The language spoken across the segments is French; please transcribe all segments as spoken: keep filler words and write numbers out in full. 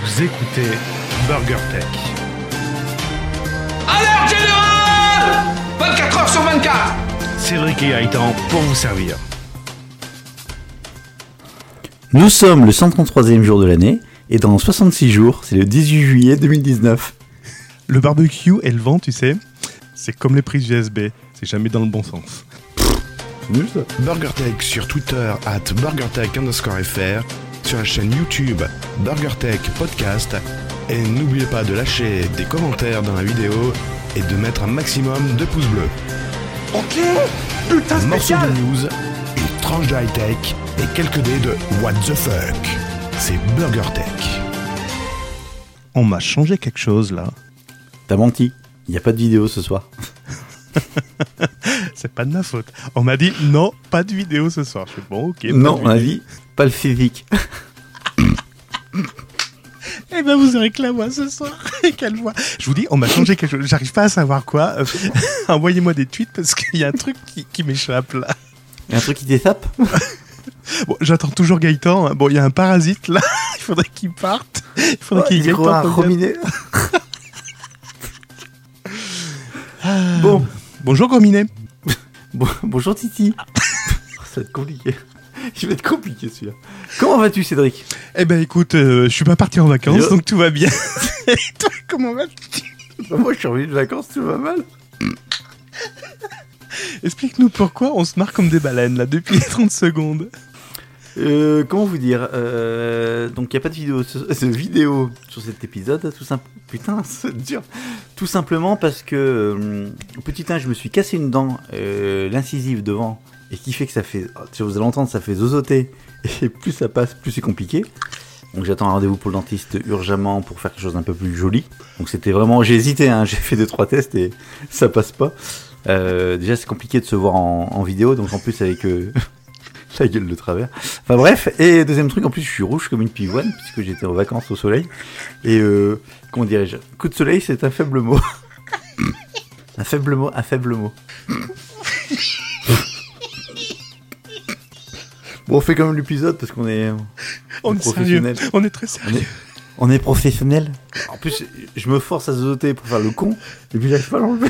Vous écoutez Burger Tech. Alerte générale vingt-quatre heures sur vingt-quatre. Cédric et Gaëtan pour vous servir. Nous sommes le cent trente-troisième jour de l'année, et dans soixante-six jours, c'est le dix-huit juillet deux mille dix-neuf. Le barbecue et le vent, tu sais, c'est comme les prises U S B, c'est jamais dans le bon sens. Nul ça. BurgerTech sur Twitter at BurgerTech underscore fr, sur la chaîne YouTube BurgerTech Podcast, et n'oubliez pas de lâcher des commentaires dans la vidéo et de mettre un maximum de pouces bleus. Ok. Putain Morceau spécial. de news, une tranche de high-tech et quelques dés de What the fuck. C'est BurgerTech. On m'a changé quelque chose là. T'as menti, il n'y a pas de vidéo ce soir. C'est pas de ma faute. On m'a dit non, pas de vidéo ce soir. Je suis bon, ok. Non, on a dit pas le physique. Eh ben vous aurez que la voix ce soir. Quelle voix. Je vous dis, on m'a changé quelque chose. J'arrive pas à savoir quoi. Euh, envoyez-moi des tweets parce qu'il y a un truc qui, qui m'échappe là. Il y a un truc qui t'échappe. Bon, j'attends toujours Gaëtan. Bon, il y a un parasite là. Il faudrait qu'il parte. Il faudrait Oh, qu'il il croit à Gaëtan. Rominet. Bon, Bonjour Gominet. bon, bonjour Titi. Ça va être compliqué. Il va être compliqué celui-là. Comment vas-tu Cédric? Eh ben écoute, euh, je suis pas parti en vacances, Yo. donc tout va bien. Et toi, comment vas-tu? Bah, moi je suis revenu de vacances, tout va mal. Explique-nous pourquoi on se marre comme des baleines là depuis trente secondes. Euh, comment vous dire euh, Donc il n'y a pas de vidéo, de vidéo sur cet épisode, tout simple. Putain, c'est dur. Tout simplement parce que euh, petit un, je me suis cassé une dent, euh, l'incisive devant, et qui fait que ça fait, vous allez l'entendre, ça fait zozoter. Et plus ça passe, plus c'est compliqué. Donc j'attends un rendez-vous pour le dentiste urgemment pour faire quelque chose d'un peu plus joli. Donc c'était vraiment, j'ai hésité, hein, j'ai fait deux trois tests et ça passe pas. Euh, déjà c'est compliqué de se voir en, en vidéo, donc en plus avec euh, la gueule de travers. Enfin bref, et deuxième truc, en plus je suis rouge comme une pivoine puisque j'étais en vacances au soleil. Et euh, comment dirais-je, coup de soleil c'est un faible mot. un faible mot, un faible mot. Bon, on fait quand même l'épisode parce qu'on est, On est sérieux. On est très On sérieux. est, on est professionnel. En plus, je me force à zozoter pour faire le con, et puis j'arrive pas à l'enlever.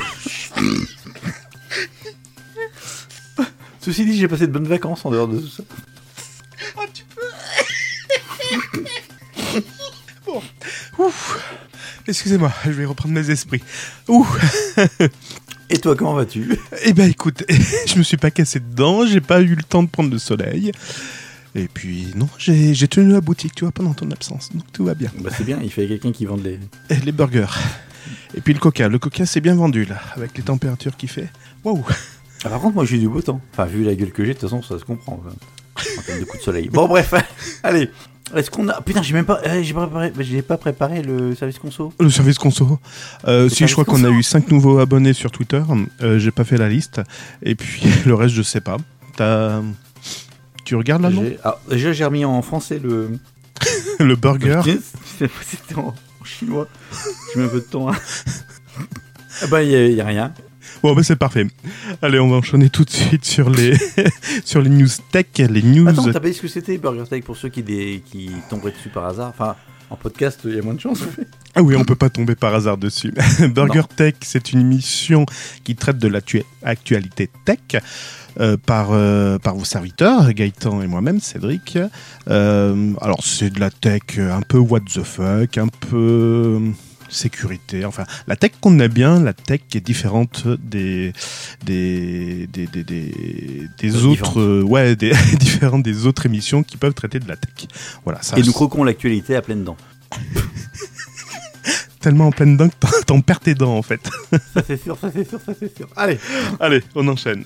Ceci dit, j'ai passé de bonnes vacances en dehors de tout ça. Oh, tu peux. Bon. Ouf. Excusez-moi, je vais reprendre mes esprits. Ouh. Et toi, comment vas-tu? Eh ben écoute, je me suis pas cassé dedans, j'ai pas eu le temps de prendre le soleil. Et puis non, j'ai, j'ai tenu la boutique, tu vois, pendant ton absence, donc tout va bien. Bah c'est bien, il fallait quelqu'un qui vende les... Et les burgers. Et puis le coca, le coca c'est bien vendu là, avec les températures qu'il fait. Waouh. Ah, par contre, moi j'ai eu du beau temps. Enfin, vu la gueule que j'ai, de toute façon, ça se comprend. En termes de coups de soleil. Bon, bref, allez. Est-ce qu'on a... Putain, j'ai même pas... Euh, j'ai, pas préparé... j'ai pas préparé le service conso. Le service conso. Euh, si, service je crois conso. qu'on a eu cinq nouveaux abonnés sur Twitter. Euh, j'ai pas fait la liste. Et puis le reste, je sais pas. T'as... Tu regardes là, non? J'ai... Ah, déjà, j'ai remis en français le... Le burger. C'était en en chinois. J'ai mis un peu de temps. Hein. Ah bah, il y, a- y a rien. Bon, bah c'est parfait. Allez, on va enchaîner tout de suite sur les, sur les news tech, les news... Attends, t'as pas dit ce que c'était BurgerTech pour ceux qui, des... qui tomberaient dessus par hasard? Enfin, en podcast, il y a moins de chance. Ah oui, on peut pas tomber par hasard dessus. Burger Tech, c'est une émission qui traite de l'actualité tech euh, par, euh, par vos serviteurs, Gaëtan et moi-même, Cédric. Euh, alors, c'est de la tech un peu what the fuck, un peu sécurité, enfin, la tech qu'on aime bien, la tech qui est différente des, des, des, des, des, des Euh, autres, euh, ouais, des, différentes des autres émissions qui peuvent traiter de la tech. Voilà, ça. Et nous croquons l'actualité à pleines dents. Tellement en pleine dent que t'en, t'en perds tes dents en fait. Ça c'est sûr, ça c'est sûr, ça c'est sûr. Allez. Allez, on enchaîne.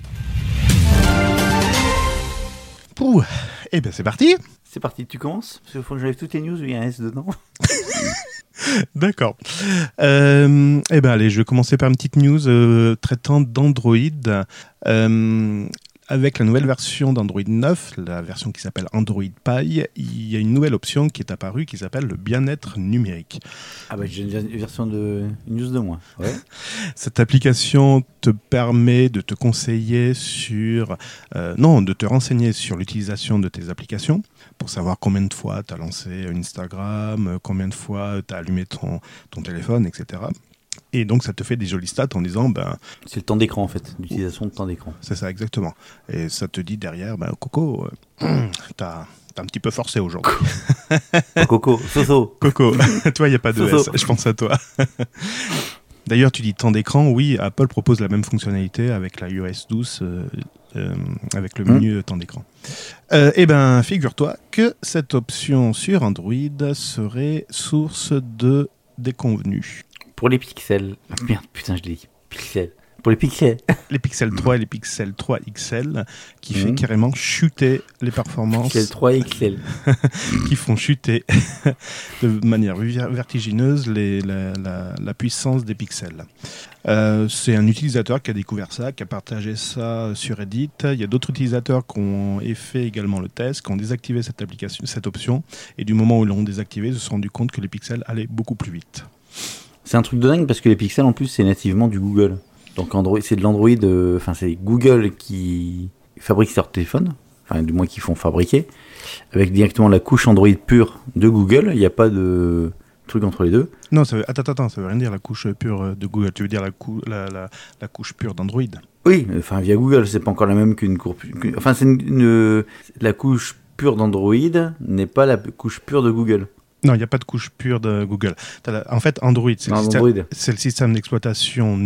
Pouh. Eh ben c'est parti. C'est parti, tu commences? Parce qu'il faut que j'enlève toutes les news où il y a un S dedans. D'accord. Euh, eh ben allez, je vais commencer par une petite news euh, traitant d'Android. Euh, avec la nouvelle version d'Android neuf, la version qui s'appelle Android Pie, il y a une nouvelle option qui est apparue qui s'appelle le bien-être numérique. Ah bah j'ai une version de une news de moi. Ouais. Cette application te permet de te conseiller sur... Euh, non, de te renseigner sur l'utilisation de tes applications pour savoir combien de fois tu as lancé Instagram, combien de fois tu as allumé ton, ton téléphone, et cetera. Et donc, ça te fait des jolies stats en disant... Ben, c'est le temps d'écran, en fait, l'utilisation de temps d'écran. C'est ça, exactement. Et ça te dit derrière, ben, Coco, euh, t'as, t'as un petit peu forcé aujourd'hui. Oh, Coco, Soso. Coco, toi, il n'y a pas de Soso. S, je pense à toi. D'ailleurs, tu dis temps d'écran, oui, Apple propose la même fonctionnalité avec la iOS douze, euh, euh, avec le menu mmh. temps d'écran. Euh, eh bien, figure-toi que cette option sur Android serait source de déconvenus. Pour les pixels. Merde, putain, je l'ai dit. Pixels. Pour les pixels. Les Pixel trois et les Pixel trois X L qui mmh. fait carrément chuter les performances. Pixel trois X L. Qui font chuter de manière vertigineuse les, la, la, la puissance des pixels. Euh, c'est un utilisateur qui a découvert ça, qui a partagé ça sur Reddit. Il y a d'autres utilisateurs qui ont fait également le test, qui ont désactivé cette, application, cette option. Et du moment où ils l'ont désactivé, ils se sont rendus compte que les pixels allaient beaucoup plus vite. C'est un truc de dingue parce que les pixels en plus c'est nativement du Google. Donc Android, c'est de l'Android, enfin euh, c'est Google qui fabrique leur téléphone, enfin du moins qui font fabriquer, avec directement la couche Android pure de Google. Il n'y a pas de truc entre les deux. Non, ça veut, attends, attends, ça veut rien dire la couche pure de Google. Tu veux dire la, cou, la, la, la couche pure d'Android. Oui, enfin via Google, c'est pas encore la même qu'une couche. Enfin c'est une, une, la couche pure d'Android n'est pas la couche pure de Google. Non, il n'y a pas de couche pure de Google. La... En fait, Android, c'est, non, le, système, Android. c'est le système d'exploitation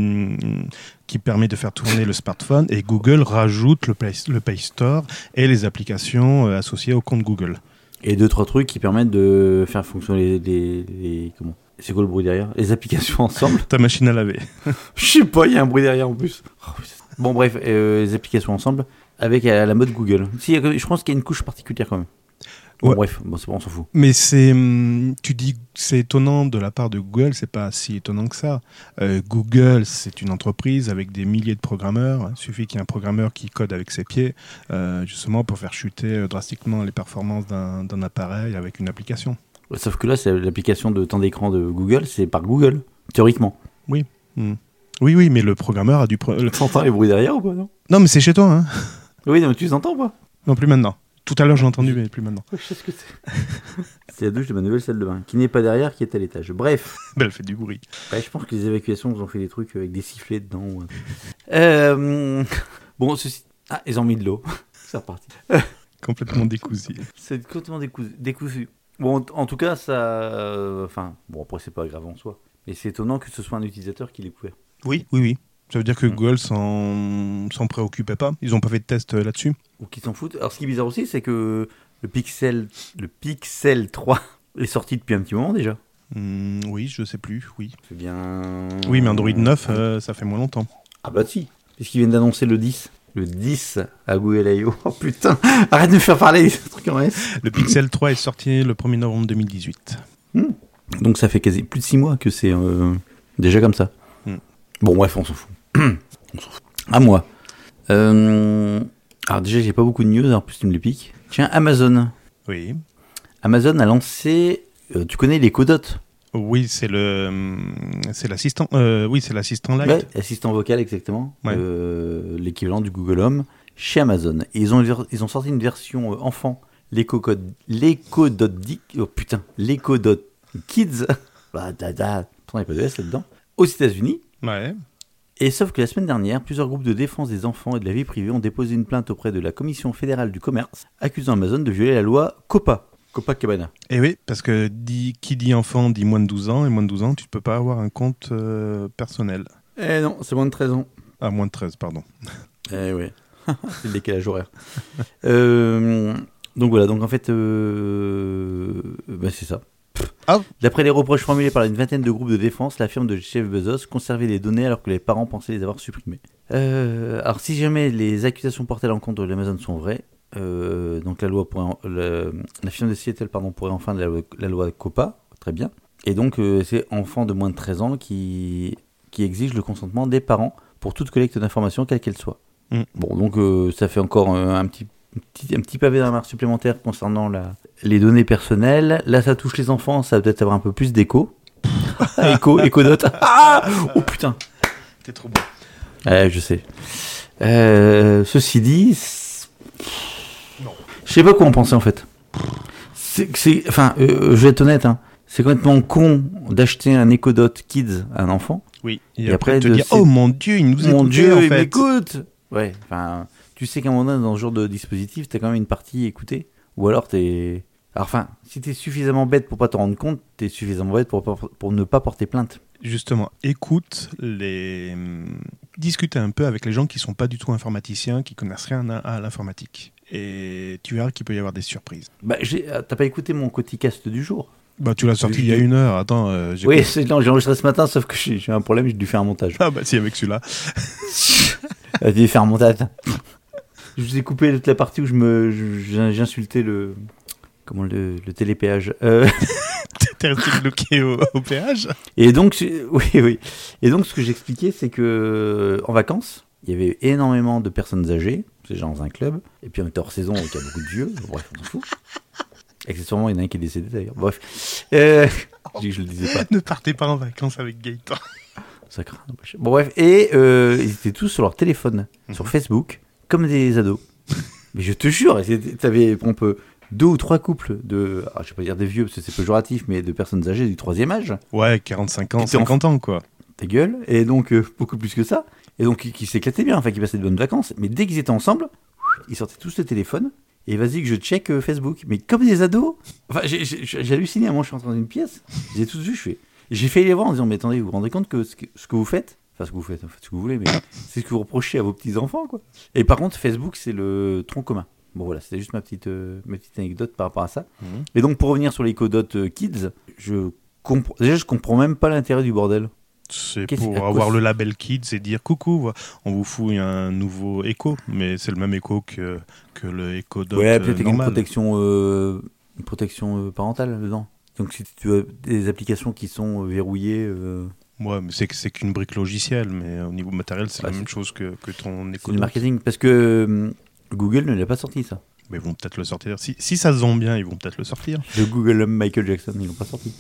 qui permet de faire tourner le smartphone et Google rajoute le Play, le Play Store et les applications associées au compte Google. Et deux, trois trucs qui permettent de faire fonctionner les... les, les comment c'est quoi le bruit derrière ? Les applications ensemble. Ta machine à laver. Je sais pas, il y a un bruit derrière en plus. Bon bref, euh, les applications ensemble avec à la mode Google. Si, je pense qu'il y a une couche particulière quand même. Bon, ouais. Bref, bon, c'est bon, on s'en fout. Mais c'est, tu dis, c'est étonnant de la part de Google, c'est pas si étonnant que ça. Euh, Google, c'est une entreprise avec des milliers de programmeurs. Il suffit qu'il y ait un programmeur qui code avec ses pieds, euh, justement pour faire chuter drastiquement les performances d'un, d'un appareil avec une application. Sauf que là, c'est l'application de temps d'écran de Google, c'est par Google, théoriquement. Oui. Mmh. Oui, oui, mais le programmeur a dû. Pro... Tu entends les bruits derrière ou pas, non ? Non, mais c'est chez toi, hein. Oui, non, mais tu les entends ou pas ? Non, plus maintenant. Tout à l'heure, j'ai entendu, mais plus maintenant. Je sais ce que c'est. C'est la douche de ma nouvelle salle de bain, qui n'est pas derrière, qui est à l'étage. Bref. Ben, elle fait du bruit. Ouais, je pense que les évacuations, ils ont fait des trucs avec des sifflets dedans. Ouais. Euh... Bon, ceci... Ah, ils ont mis de l'eau. C'est reparti. Complètement décousu. C'est complètement décousu. décousu. Bon, en tout cas, ça... Euh... Enfin, bon, après, c'est pas grave en soi. Mais c'est étonnant que ce soit un utilisateur qui l'ait couvert. Oui, oui, oui. Ça veut dire que Google s'en, s'en préoccupait pas. Ils n'ont pas fait de test là-dessus. Ou qu'ils s'en foutent. Alors, ce qui est bizarre aussi, c'est que le Pixel, le Pixel trois est sorti depuis un petit moment déjà. Mmh, oui, je sais plus, oui. C'est bien... Oui, mais Android neuf, euh, ça fait moins longtemps. Ah bah si, puisqu'ils viennent d'annoncer le dix. Le dix à Google I O. Oh putain, arrête de me faire parler des trucs en S. Le Pixel trois est sorti le premier novembre deux mille dix-huit. Mmh. Donc ça fait quasi plus de six mois que c'est euh, déjà comme ça. Mmh. Bon bref, on s'en fout. On s'en fout. À moi. Euh... Alors déjà, j'ai pas beaucoup de news, en plus tu me les piques. Tiens, Amazon. Oui. Amazon a lancé... Euh, tu connais l'Echo Dot ? Oui, c'est le, c'est l'assistant. Euh, oui, c'est l'assistant light. Ouais, assistant vocal exactement. Ouais. Euh, l'équivalent du Google Home chez Amazon. Et ils ont ils ont sorti une version enfant, l'Echo Code, l'Echo Dot oh putain, l'Echo Dot Kids. Bah da da, il n'y a pas de S là-dedans. Aux États-Unis. Ouais. Et sauf que la semaine dernière, plusieurs groupes de défense des enfants et de la vie privée ont déposé une plainte auprès de la Commission fédérale du commerce, accusant Amazon de violer la loi COPPA. Copacabana. Et oui, parce que dit, qui dit enfant dit moins de douze ans, et moins de douze ans, tu ne peux pas avoir un compte euh, personnel. Eh non, c'est moins de treize ans. Ah, moins de treize, pardon. Eh oui, c'est le décalage horaire. euh, donc voilà, donc en fait, euh, bah c'est ça. Ah. D'après les reproches formulés par une vingtaine de groupes de défense, la firme de Jeff Bezos conservait les données alors que les parents pensaient les avoir supprimées. Euh, alors si jamais les accusations portées à l'encontre de l'Amazon sont vraies, Euh, donc la loi pourrait, le, la firme de Seattle pardon, pourrait enfreindre la, la loi COPPA, très bien. Et donc euh, c'est enfants de moins de treize ans qui, qui exigent le consentement des parents pour toute collecte d'informations quelle qu'elle soit. Mm. Bon, donc euh, ça fait encore euh, un, petit, un, petit, un petit pavé dans la mare supplémentaire concernant la, les données personnelles. Là, ça touche les enfants, ça va peut-être avoir un peu plus d'écho. écho, écho note. Ah oh putain. T'es trop bon. Ouais, je sais. Euh, ceci dit, c'est... Non. je sais pas quoi en penser en fait. C'est, c'est, enfin, euh, je vais être honnête, hein. C'est complètement con d'acheter un Echo Dot Kids à un enfant. Oui. Et, Et après, après, te de dire, ces- oh mon Dieu, il nous Mon écoutait, Dieu, en il fait. m'écoute. Ouais, enfin, tu sais qu'à un moment donné, dans ce genre de dispositif, t'as quand même une partie écoutée. Ou alors t'es... Alors enfin, si t'es suffisamment bête pour pas t'en rendre compte, t'es suffisamment bête pour, pour, pour ne pas porter plainte. Justement, écoute les... discute un peu avec les gens qui sont pas du tout informaticiens, qui connaissent rien à, à l'informatique. Et tu verras qu'il peut y avoir des surprises. Bah, j'ai... T'as pas écouté mon Coticast du jour? Bah, tu l'as sorti il y a une heure. Attends, euh, j'ai... Oui, c'est... non, j'ai enregistré ce matin, sauf que j'ai, j'ai un problème, j'ai dû faire un montage. Ah bah si, avec celui-là. J'ai dû faire un montage. Je vous ai coupé toute la partie où je me, je- j'insultais le, comment le, le télépéage. Euh, T'es resté bloqué au, au péage. et donc, je- oui, oui. Et donc, ce que j'expliquais, c'est que en vacances, il y avait énormément de personnes âgées, c'est genre dans un club, et puis on était hors saison, donc il y a beaucoup de vieux. Bref, on s'en fout. Accessoirement, il y en a un qui est décédé d'ailleurs. Bref, euh, je dis que je le disais pas. Ne partez pas en vacances avec Gaëtan. Ça craint. Bon, bref, et euh, ils étaient tous sur leur téléphone, Mhm. sur Facebook, comme des ados. Mais je te jure, t'avais on peut, deux ou trois couples de, alors, je vais pas dire des vieux parce que c'est péjoratif, mais de personnes âgées du troisième âge, Ouais, quarante-cinq ans, Qui était en- cinquante ans, quoi. ta gueule, et donc euh, beaucoup plus que ça, et donc qui, qui s'éclataient bien, enfin qui passaient de bonnes vacances, mais dès qu'ils étaient ensemble, ils sortaient tous le téléphone, et vas-y que je check euh, Facebook, mais comme des ados. Enfin, j'ai, j'ai, j'ai halluciné, à moi je suis rentré dans une pièce, j'ai tous vu, je fais, j'ai failli les voir en disant, mais attendez, vous vous rendez compte que ce que, ce que vous faites, enfin ce que vous faites, faites ce que vous voulez, mais c'est ce que vous reprochez à vos petits-enfants, quoi. Et par contre, Facebook, c'est le tronc commun. Bon voilà, c'était juste ma petite, euh, ma petite anecdote par rapport à ça. Mhm. Et donc pour revenir sur les Echo-Dot euh, Kids, je comprends, déjà je comprends même pas l'intérêt du bordel. C'est Qu'est-ce- pour à avoir quoi- le label Kids et dire coucou, on vous fout un nouveau Echo, mais c'est le même Echo que, que le Echo Dot Ouais, euh, peut-être qu'il y a une normal. protection, euh, une protection euh, parentale dedans. Donc si tu as des applications qui sont euh, verrouillées, euh, Ouais, mais c'est, que- c'est qu'une brique logicielle, mais au niveau matériel, c'est Ouais, la c'est- même chose que, que ton Echo c'est du Dot. marketing. Parce que euh, Google ne l'a pas sorti ça. Mais ils vont peut-être le sortir. Si, si ça se vend bien, ils vont peut-être le sortir. Le Google Home Michael Jackson, ils l'ont pas sorti.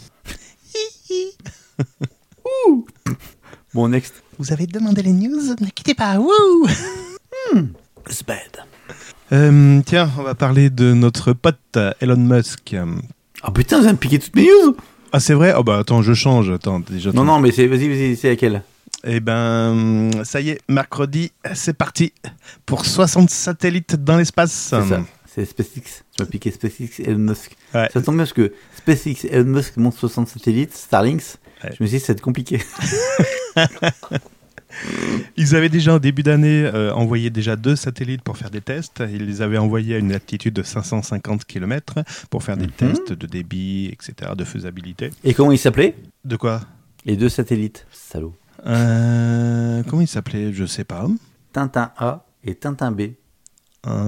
Ouh. Bon, next. Vous avez demandé les news, ne quittez pas. Wouh It's bad. Euh, tiens, on va parler de notre pote euh, Elon Musk. Ah putain, ça va me piquer toutes mes news. Ah, c'est vrai? Oh bah attends, je change. Attends, déjà. Non, non, mais c'est, vas-y, vas-y, c'est laquelle? Eh ben, ça y est, mercredi, c'est parti pour soixante satellites dans l'espace. C'est ça. C'est SpaceX. Tu m'as piqué SpaceX et Elon Musk. Ouais. Ça tombe bien parce que SpaceX et Elon Musk montent soixante satellites, Starlinks. Ouais. Je me suis dit, ça va être compliqué. Ils avaient déjà en début d'année euh, envoyé déjà deux satellites pour faire des tests. Ils les avaient envoyés à une altitude de cinq cent cinquante kilomètres pour faire des Mhm. tests de débit, et cetera, de faisabilité. Et comment ils s'appelaient? De quoi? Les deux satellites. Salaud. Euh, comment il s'appelait? Je sais pas. Tintin A et Tintin B. Euh,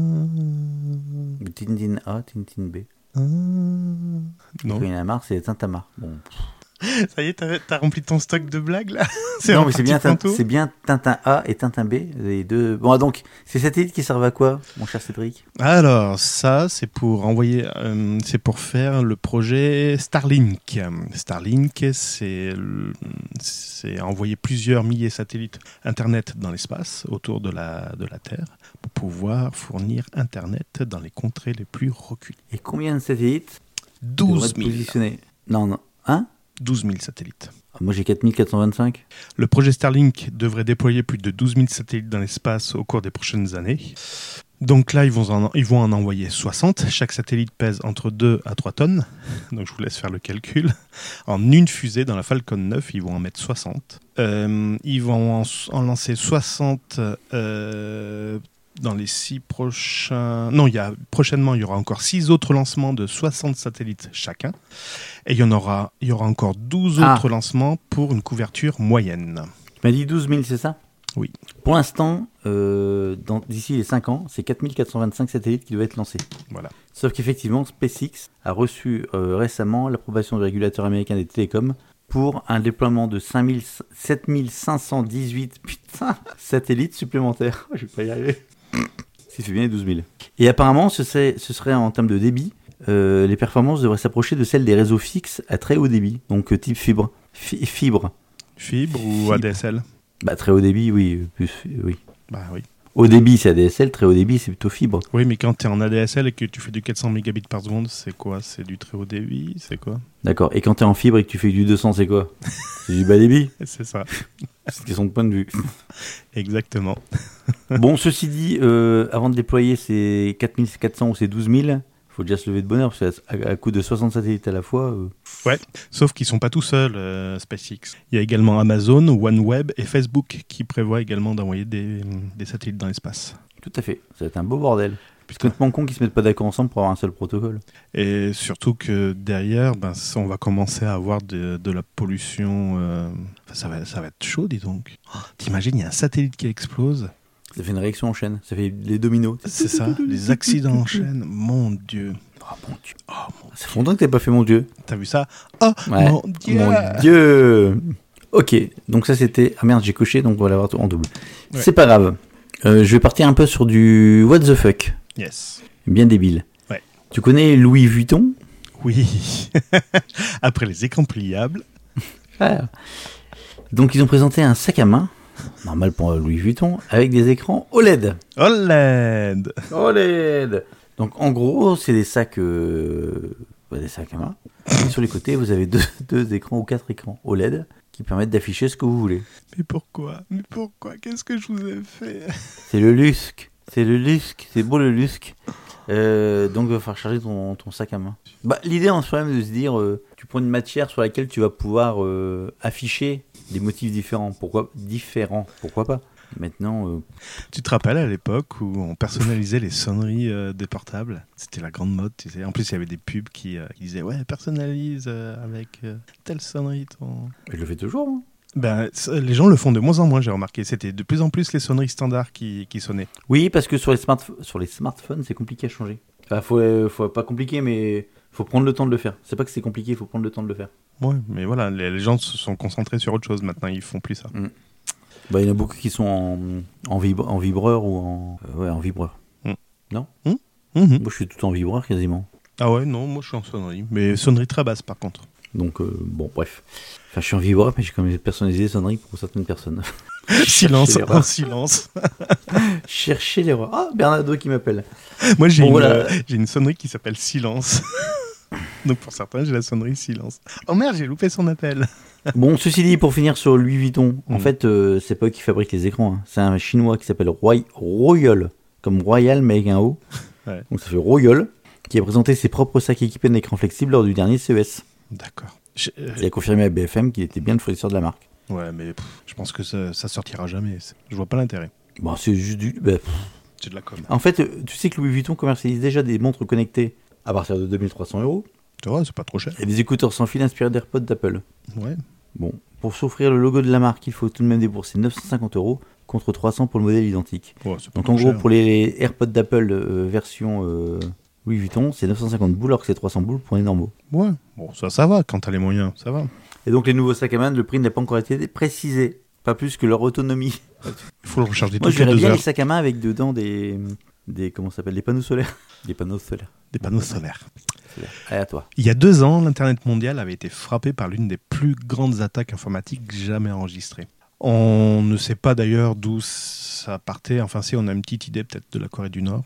Ou Tintin A, Tintin B. euh, Quand Non. il y en a marre, c'est Tintamar. Bon. Ça y est, t'as, t'as rempli ton stock de blagues là? C'est Non, mais reparti c'est bien, pour un Tin- tour. c'est bien Tintin A et Tintin B. Les deux. Bon, ah, donc, ces satellites qui servent à quoi, mon cher Cédric? Alors, ça, c'est pour envoyer, euh, c'est pour faire le projet Starlink. Starlink, c'est, le- c'est envoyer plusieurs milliers de satellites Internet dans l'espace autour de la, de la Terre pour pouvoir fournir Internet dans les contrées les plus reculées. Et combien de satellites devraient douze être mille. positionnés? Non, non. Hein? douze mille satellites. Ah, moi, j'ai quatre mille quatre cent vingt-cinq. Le projet Starlink devrait déployer plus de douze mille satellites dans l'espace au cours des prochaines années. Donc là, ils vont en, ils vont en envoyer soixante. Chaque satellite pèse entre deux à trois tonnes. Donc je vous laisse faire le calcul. En une fusée, dans la Falcon neuf, ils vont en mettre soixante. Euh, ils vont en, en lancer soixante euh, dans les six prochains... Non, il y a, prochainement, il y aura encore six autres lancements de soixante satellites chacun. Et il y en aura, il y aura encore douze Ah. autres lancements pour une couverture moyenne. Tu m'as dit douze mille, c'est ça? Oui. Pour l'instant, euh, dans- d'ici les cinq ans, c'est quatre mille quatre cent vingt-cinq satellites qui doivent être lancés. Voilà. Sauf qu'effectivement, SpaceX a reçu euh, récemment l'approbation du régulateur américain des télécoms pour un déploiement de cinq mille, sept mille cinq cent dix-huit putain, satellites supplémentaires. Je vais pas y arriver. Si c'est bien les douze mille. Et apparemment, ce serait, ce serait en termes de débit, euh, les performances devraient s'approcher de celles des réseaux fixes à très haut débit, donc euh, type fibre. Fi- fibre. Fibre ou Fibre. A D S L? Bah très haut débit, oui, plus, oui. Bah oui. Haut débit, c'est A D S L, très haut débit, c'est plutôt fibre. Oui, mais quand tu es en A D S L et que tu fais du quatre cents mégabits par seconde, c'est quoi? C'est du très haut débit? C'est quoi? D'accord. Et quand t'es en fibre et que tu fais du deux cents, c'est quoi? C'est du bas débit? C'est ça. C'est une question de point de vue. Exactement. Bon, ceci dit, euh, avant de déployer ces quatre mille quatre cents ou ces douze mille, faut déjà se lever de bonheur, parce qu'à à coup de soixante satellites à la fois... Euh... Ouais, sauf qu'ils sont pas tout seuls, euh, SpaceX. Il y a également Amazon, OneWeb et Facebook qui prévoient également d'envoyer des, des satellites dans l'espace. Tout à fait. Ça va être un beau bordel. C'est complètement con qu'ils se mettent pas d'accord ensemble pour avoir un seul protocole. Et surtout que derrière, ben, ça, on va commencer à avoir de, de la pollution. Euh... Enfin, ça, va, ça va être chaud, dis donc. Oh, t'imagines, il y a un satellite qui explose. Ça fait une réaction en chaîne. Ça fait les dominos. C'est ça, les accidents en chaîne. Mon Dieu. Oh mon Dieu. Oh, mon... Ça fait longtemps que t'as pas fait mon Dieu. T'as vu ça? Oh Ouais. mon Dieu. Mon Dieu. Ok, donc ça c'était... Ah merde, j'ai coché, donc on va l'avoir en double. Ouais. C'est pas grave. Euh, je vais partir un peu sur du what the fuck. Yes. Bien débile. Ouais. Tu connais Louis Vuitton? Oui. Après les écrans pliables. Ah. Donc ils ont présenté un sac à main, normal pour Louis Vuitton, avec des écrans O L E D. O L E D. O L E D. Donc en gros, c'est des sacs, euh, des sacs à main. Et sur les côtés, vous avez deux, deux écrans ou quatre écrans O L E D qui permettent d'afficher ce que vous voulez. Mais pourquoi? Mais pourquoi? Qu'est-ce que je vous ai fait? C'est le lusque. C'est le lusque. C'est beau le lusque. Euh, donc il va falloir charger ton, ton sac à main. Bah, l'idée en soi même de se dire, euh, tu prends une matière sur laquelle tu vas pouvoir euh, afficher des motifs différents. Pourquoi différents? Pourquoi pas? Maintenant, euh... tu te rappelles à l'époque où on personnalisait les sonneries euh, des portables? C'était la grande mode, tu sais. En plus, il y avait des pubs qui, euh, qui disaient ouais, personnalise euh, avec euh, telle sonnerie ton. je le fais toujours. Hein. Ben, les gens le font de moins en moins, j'ai remarqué. C'était de plus en plus les sonneries standards qui, qui sonnaient. Oui, parce que sur les, smartph- sur les smartphones, c'est compliqué à changer. Enfin, faut, euh, faut pas compliqué, mais faut prendre le temps de le faire. C'est pas que c'est compliqué, il faut prendre le temps de le faire. Ouais, mais voilà, les, les gens se sont concentrés sur autre chose maintenant, ils font plus ça. Mm. Bah, il y en a beaucoup qui sont en, en, vibra- en vibreur ou en, euh, ouais, en vibreur. Mm. Non mm. Mm-hmm. Moi, je suis tout en vibreur quasiment. Ah ouais, non, moi je suis en sonnerie. Mais sonnerie très basse par contre. Donc, euh, bon, bref. Enfin, je suis en vibreur, mais j'ai quand même personnalisé les sonneries pour certaines personnes. Silence, Cherchez l'erreur. en silence. Cherchez l'erreur. Ah, Bernardo qui m'appelle. Moi j'ai, Bon, une, voilà. euh, j'ai une sonnerie qui s'appelle Silence. Donc pour certains, j'ai la sonnerie Silence. Oh merde, j'ai loupé son appel. Bon, ceci dit, pour finir sur Louis Vuitton, en Mm. fait, euh, c'est pas eux qui fabriquent les écrans. Hein. C'est un chinois qui s'appelle Roy- Royal, comme Royal mais avec un O. Ouais. Donc ça fait Royal, qui a présenté ses propres sacs équipés d'un écran flexible lors du dernier C E S. D'accord. Je- euh, Il a confirmé à B F M qu'il était bien le fournisseur de la marque. Ouais, mais pff, je pense que ça, ça sortira jamais. C'est- Je vois pas l'intérêt. Bon, c'est juste du... bah, pff. C'est de la com. En fait, euh, tu sais que Louis Vuitton commercialise déjà des montres connectées à partir de deux mille trois cents euros Tu vois, c'est pas trop cher. et des écouteurs sans fil inspirés d'AirPods d'Apple. Ouais. Bon, pour s'offrir le logo de la marque, il faut tout de même débourser neuf cent cinquante euros contre trois cents pour le modèle identique. Ouais, c'est pas Donc trop en gros, cher. pour les AirPods d'Apple euh, version euh, Louis Vuitton, c'est neuf cent cinquante boules alors que c'est trois cents boules pour les normaux. Ouais, bon, ça, ça va quand t'as les moyens, ça va. Et donc les nouveaux sacs à main, le prix n'a pas encore été précisé. Pas plus que leur autonomie. Il faut le recharger Moi, toutes les j'aimerais deux bien heures. les sacs à main avec dedans des... des comment ça s'appelle, des panneaux solaires. Des panneaux solaires. Des panneaux solaires. solaires. Allez, à toi. Il y a deux ans, l'Internet mondial avait été frappé par l'une des plus grandes attaques informatiques jamais enregistrées. On ne sait pas d'ailleurs d'où ça partait. Enfin, si, on a une petite idée peut-être de la Corée du Nord.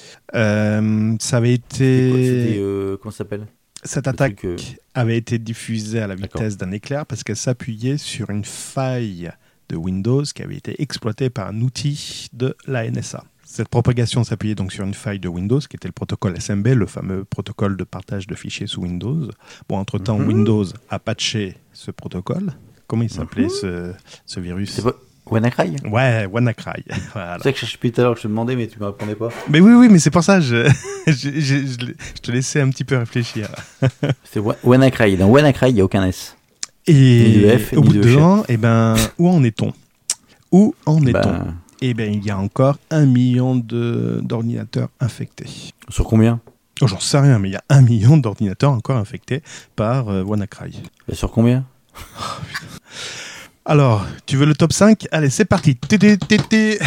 Euh, ça avait C'était quoi été... C'était, euh, comment ça s'appelle Cette le attaque truc, euh, avait été diffusée à la D'accord. vitesse d'un éclair parce qu'elle s'appuyait sur une faille de Windows qui avait été exploitée par un outil de la N S A. Cette propagation s'appuyait donc sur une faille de Windows qui était le protocole S M B, le fameux protocole de partage de fichiers sous Windows. Bon, entre-temps, Mhm. Windows a patché ce protocole. Comment il s'appelait Mhm. ce, ce virus? C'est pas WannaCry? Ouais, WannaCry. Voilà. C'est ça que je cherchais depuis tout à l'heure, je te demandais, mais tu me répondais pas. Mais oui, oui, mais c'est pour ça, je, je, je, je- je te laissais un petit peu réfléchir. C'est Wa- WannaCry. Dans WannaCry, il n'y a aucun S. Et Ni de F, au ni bout de de deux chef. ans, eh ben, où en est-on? Où en est-on? Bah, Eh bien, il y a encore un million de, d'ordinateurs infectés. sur combien? Oh, j'en sais rien, mais il y a un million d'ordinateurs encore infectés par euh, WannaCry. Bah, sur combien? Alors, tu veux le top cinq ? Allez, c'est parti. Tété, tété.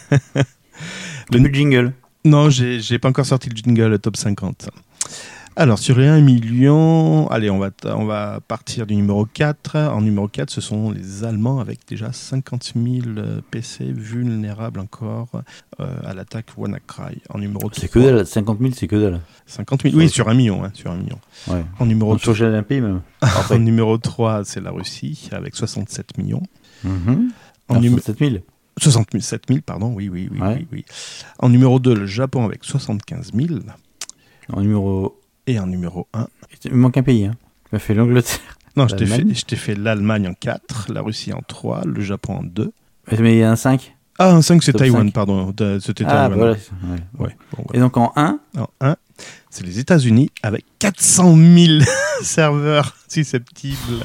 Le plus de jingle. Non, j'ai, j'ai pas encore sorti le jingle, le top cinquante. Alors, sur les un million, allez, on va, t- on va partir du numéro quatre. En numéro quatre, ce sont les Allemands avec déjà cinquante mille P C vulnérables encore euh, à l'attaque WannaCry. En numéro trois. C'est que dalle, cinquante mille, c'est que dalle. cinquante mille, oui, sur un million. Hein, sur un million. Ouais. En numéro Sur G L P même. En numéro trois, c'est la Russie avec soixante-sept millions. Mm-hmm. En numé- soixante-sept mille. soixante-sept mille, pardon, oui, oui, oui, Ouais. oui, oui. En numéro deux, le Japon avec soixante-quinze mille. En numéro. Et en numéro un. Il me manque un pays. Hein. Tu m'as fait l'Angleterre. Non, je t'ai, fait, L'Allemagne. je t'ai fait l'Allemagne en quatre, la Russie en trois, le Japon en deux. Mais il y a un cinq. Ah, un cinq, c'est Top Taïwan, cinq. pardon. de- C'était Ah, Taïwan. voilà. Ouais. Ouais, bon, Et donc en un, ouais. En un, c'est les États-Unis avec quatre cent mille serveurs susceptibles.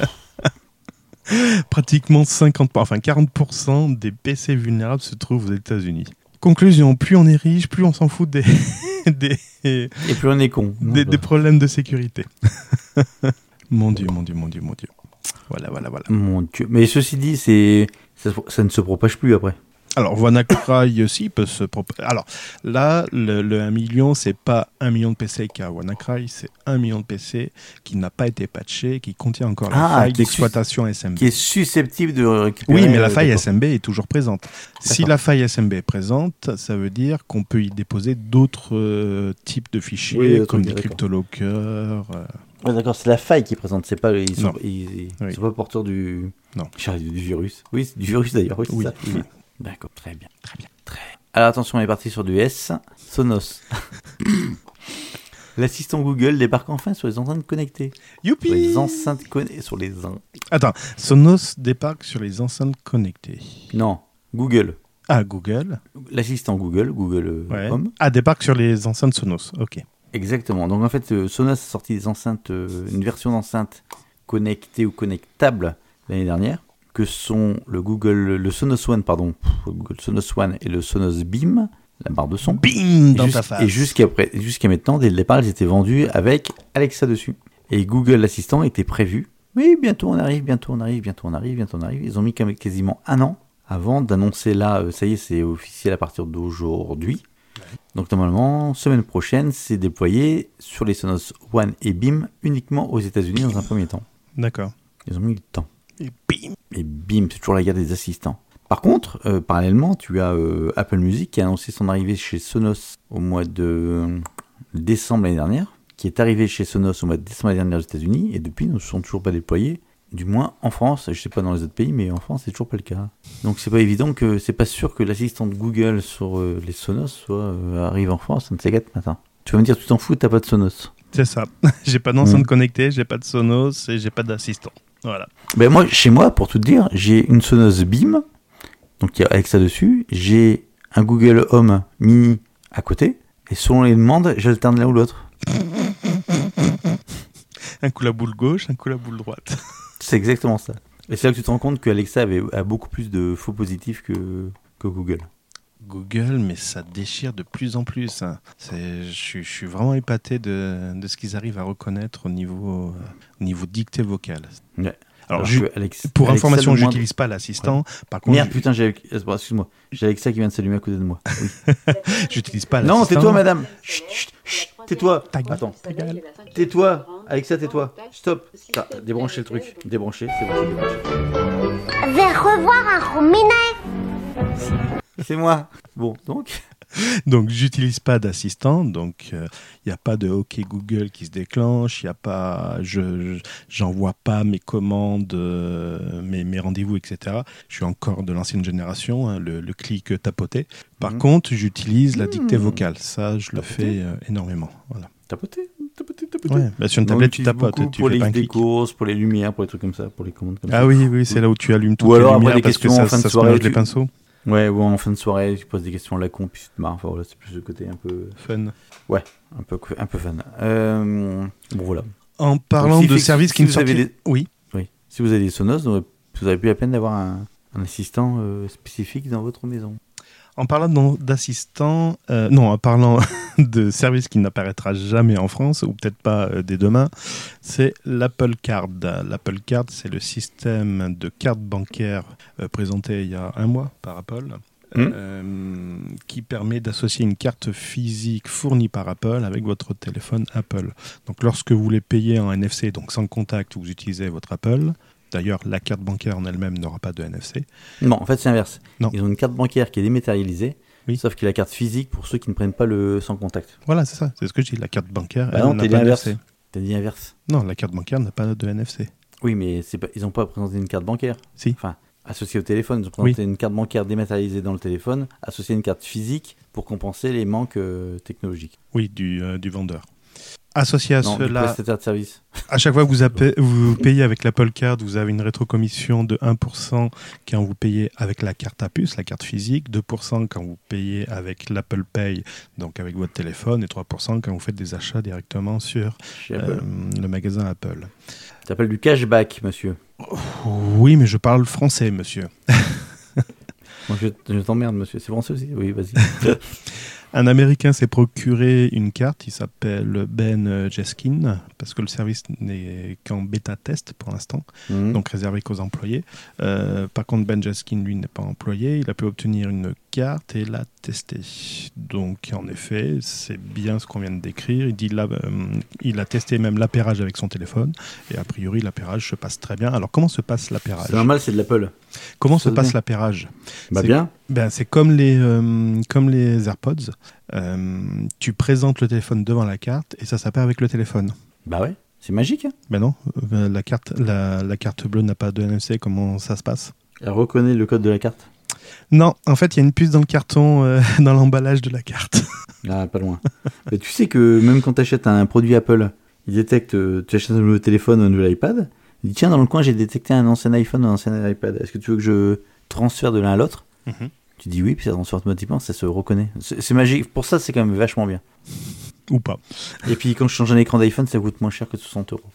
Pratiquement cinquante pour cent, enfin quarante pour cent des P C vulnérables se trouvent aux États-Unis. Conclusion, plus on est riche, plus on s'en fout des, des, et plus on est con. Non, des, bah. des problèmes de sécurité. Mon Dieu, mon Dieu, mon Dieu, mon Dieu. Voilà, voilà, voilà. Mon Dieu. Mais ceci dit, c'est ça, ça ne se propage plus après. Alors, WannaCry aussi peut se propager. Alors, là, le, le un million, c'est pas un million de P C qu'a WannaCry, c'est un million de P C qui n'a pas été patché, qui contient encore la Ah, faille qui est d'exploitation S M B. Qui est susceptible de récupérer. Oui, mais la euh, faille d'accord. S M B est toujours présente. Si D'accord. la faille S M B est présente, ça veut dire qu'on peut y déposer d'autres euh, types de fichiers, Oui, d'autres comme trucs, des d'accord. cryptolockers. euh, Ouais, d'accord, c'est la faille qui est présente. C'est pas ils sont, Non. ils, ils Oui. sont pas porteurs du. Non. J'arrive du virus. Oui, c'est du virus d'ailleurs. Oui, c'est Oui, ça. oui. D'accord, très bien, très bien, très. Alors attention, on est parti sur du S. Sonos. L'assistant Google débarque enfin sur les enceintes connectées. Youpi Sur les enceintes connectées. Sur les en... Attends, Sonos débarque sur les enceintes connectées. Non, Google. Ah, Google. L'assistant Google, Google euh, Ouais. Home. Ah, débarque sur les enceintes Sonos. Ok. Exactement. Donc en fait, euh, Sonos a sorti des enceintes, euh, une version d'enceinte connectée ou connectable l'année dernière, que sont le Google, le Sonos One, pardon, pff, le Google Sonos One et le Sonos Beam, la barre de son. Bim dans Jus- ta face. Et jusqu'à, pré- jusqu'à maintenant, dès le départ, ils étaient vendus avec Alexa dessus. Et Google Assistant était prévu. Oui, bientôt on arrive, bientôt on arrive, bientôt on arrive, bientôt on arrive. Ils ont mis quand même quasiment un an avant d'annoncer là, euh, ça y est, c'est officiel à partir d'aujourd'hui. Donc normalement, semaine prochaine, c'est déployé sur les Sonos One et Beam uniquement aux États-Unis dans un premier temps. D'accord. Ils ont mis du temps. Et bim. Et bim, c'est toujours la guerre des assistants. Par contre, euh, parallèlement, tu as euh, Apple Music qui a annoncé son arrivée chez Sonos au mois de euh, décembre l'année dernière, qui est arrivé chez Sonos au mois de décembre l'année dernière aux États-Unis, et depuis, ne sont toujours pas déployés. Du moins en France, je sais pas dans les autres pays, mais en France, c'est toujours pas le cas. Donc c'est pas évident que c'est pas sûr que l'assistant de Google sur euh, les Sonos soit euh, arrive en France, un de ces quatre matins. Tu vas me dire, tu t'en fous, t'as pas de Sonos. C'est ça. J'ai pas d'enceinte Mm. connectée, j'ai pas de Sonos et j'ai pas d'assistant. Voilà. Ben moi, chez moi, pour tout te dire, j'ai une Sonos Beam, donc il y a Alexa dessus, j'ai un Google Home Mini à côté, et selon les demandes, j'alterne l'un ou l'autre. Un coup la boule gauche, un coup la boule droite. C'est exactement ça. Et c'est là que tu te rends compte que Alexa avait, a beaucoup plus de faux positifs que, que Google. Google, mais ça déchire de plus en plus. hein. C'est, je, suis- je suis vraiment épaté de, de ce qu'ils arrivent à reconnaître au niveau, euh, au niveau dictée vocale. Ouais. Alors, Alors ju- que Alex- pour Alexa, information, le moindre- j'utilise pas l'assistant. Par contre, Merde, putain, j'ai, excuse-moi, j'ai Alexa qui vient de s'allumer à côté de moi. Oui. j'utilise pas Non, l'assistant. tais-toi, madame. Chut, chut, chut, tais-toi. Ta gueule. Attends. Tais-toi. Alexa, tais-toi. Stop. Ah, débranchez le truc. Débranchez, c'est bon, c'est débranché. Vais revoir un rominet. C'est moi. Bon, donc. Donc, j'utilise pas d'assistant. Donc, il n'y a pas de OK Google qui se déclenche. Il y a pas, je, je- j'envoie pas mes commandes, euh, mes, mes rendez-vous, et cetera. Je suis encore de l'ancienne génération, hein, le, le clic tapoté. Par Mhm. contre, j'utilise la dictée Mhm. vocale. Ça, je le Tapoter. fais euh, énormément. Voilà. Tapoter, tapoter, tapoter. Ouais. Bah, sur une On tablette, tu l'utilise tapotes. beaucoup Tu pour fais les pas un listes des clic. courses, pour les lumières, pour les trucs comme ça, pour les commandes comme ça. Ah oui, oui, c'est là où tu allumes toutes Ou les alors, après, lumières des parce que questions ça, en fin de ça se soirée, mélange les tu- pinceaux. Ouais, ou en fin de soirée, tu poses des questions à la con, puis tu te marres. Enfin voilà, c'est plus le côté un peu, Fun. un peu, un peu fun. Euh, bon voilà. En parlant Donc, si de fait- services si qui ne vous sont avez plus... des- Oui. Oui. Si vous avez des Sonos, vous aurez plus la peine d'avoir un, un assistant euh, spécifique dans votre maison. En parlant d'en- d'assistants, euh, non, en parlant de service qui n'apparaîtra jamais en France, ou peut-être pas euh, dès demain, c'est l'Apple Card. L'Apple Card, c'est le système de carte bancaire euh, présenté il y a un mois par Apple, Mmh. euh, qui permet d'associer une carte physique fournie par Apple avec votre téléphone Apple. Donc lorsque vous voulez payer en N F C, donc sans contact, vous utilisez votre Apple. D'ailleurs, la carte bancaire en elle-même n'aura pas de N F C. Non, en fait, c'est inverse. Non. Ils ont une carte bancaire qui est dématérialisée, Oui. sauf qu'il y a la carte physique pour ceux qui ne prennent pas le sans contact. Voilà, c'est ça, c'est ce que je dis. La carte bancaire, Bah elle non, n'a t'as dit pas de N F inverse. C. T'as dit inverse. Non, la carte bancaire n'a pas de N F C. Oui, mais c'est pas... ils n'ont pas présenté une carte bancaire. Si. Enfin, associée au téléphone. Ils ont présenté une carte bancaire dématérialisée dans le téléphone, associée à une carte physique pour compenser les manques euh, technologiques. Oui, du, euh, du vendeur. Associé à non, du cela, prestataire de service. à chaque fois que vous, appelez- vous payez avec l'Apple Card, vous avez une rétrocommission de un pour cent quand vous payez avec la carte à puce, la carte physique, deux pour cent quand vous payez avec l'Apple Pay, donc avec votre téléphone, et trois pour cent quand vous faites des achats directement sur Chez Apple. euh, le magasin Apple. Ça s'appelle du cashback, monsieur. Oui, mais je parle français, monsieur. Moi, je, je t'emmerde, monsieur. C'est français aussi. Oui, vas-y. Un Américain s'est procuré une carte, il s'appelle Ben Jeskin, parce que le service n'est qu'en bêta-test pour l'instant, Mhm. donc réservé qu'aux employés. Euh, par contre, Ben Jeskin, lui, n'est pas employé. Il a pu obtenir une carte et l'a testée. Donc, en effet, c'est bien ce qu'on vient de décrire. Il dit là, euh, il a testé même l'appairage avec son téléphone, et a priori, l'appairage se passe très bien. Alors, comment se passe l'appairage ? C'est normal, c'est de l'Apple. Comment ça se se passe bien. l'appairage ? Bah C'est- bien. Ben, c'est comme les, euh, comme les AirPods. Euh, tu présentes le téléphone devant la carte et ça s'appelle avec le téléphone. Bah ouais. C'est magique. Hein. Ben non, euh, la carte, la, la carte bleue n'a pas de N F C. Comment ça se passe ? Elle reconnaît le code de la carte. Non, en fait, il y a une puce dans le carton, euh, dans l'emballage de la carte. Ah, pas loin. Mais tu sais que même quand tu achètes un produit Apple, il détecte, euh, tu achètes un nouveau téléphone, un nouvel iPad, il dit tiens, dans le coin, j'ai détecté un ancien iPhone, un ancien iPad. Est-ce que tu veux que je transfère de l'un à l'autre ? Mhm. Tu dis oui, puis ça transfère automatiquement, ça se reconnaît. C'est, c'est magique. Pour ça, c'est quand même vachement bien. Ou pas. Et puis quand je change un écran d'iPhone, ça coûte moins cher que soixante euros.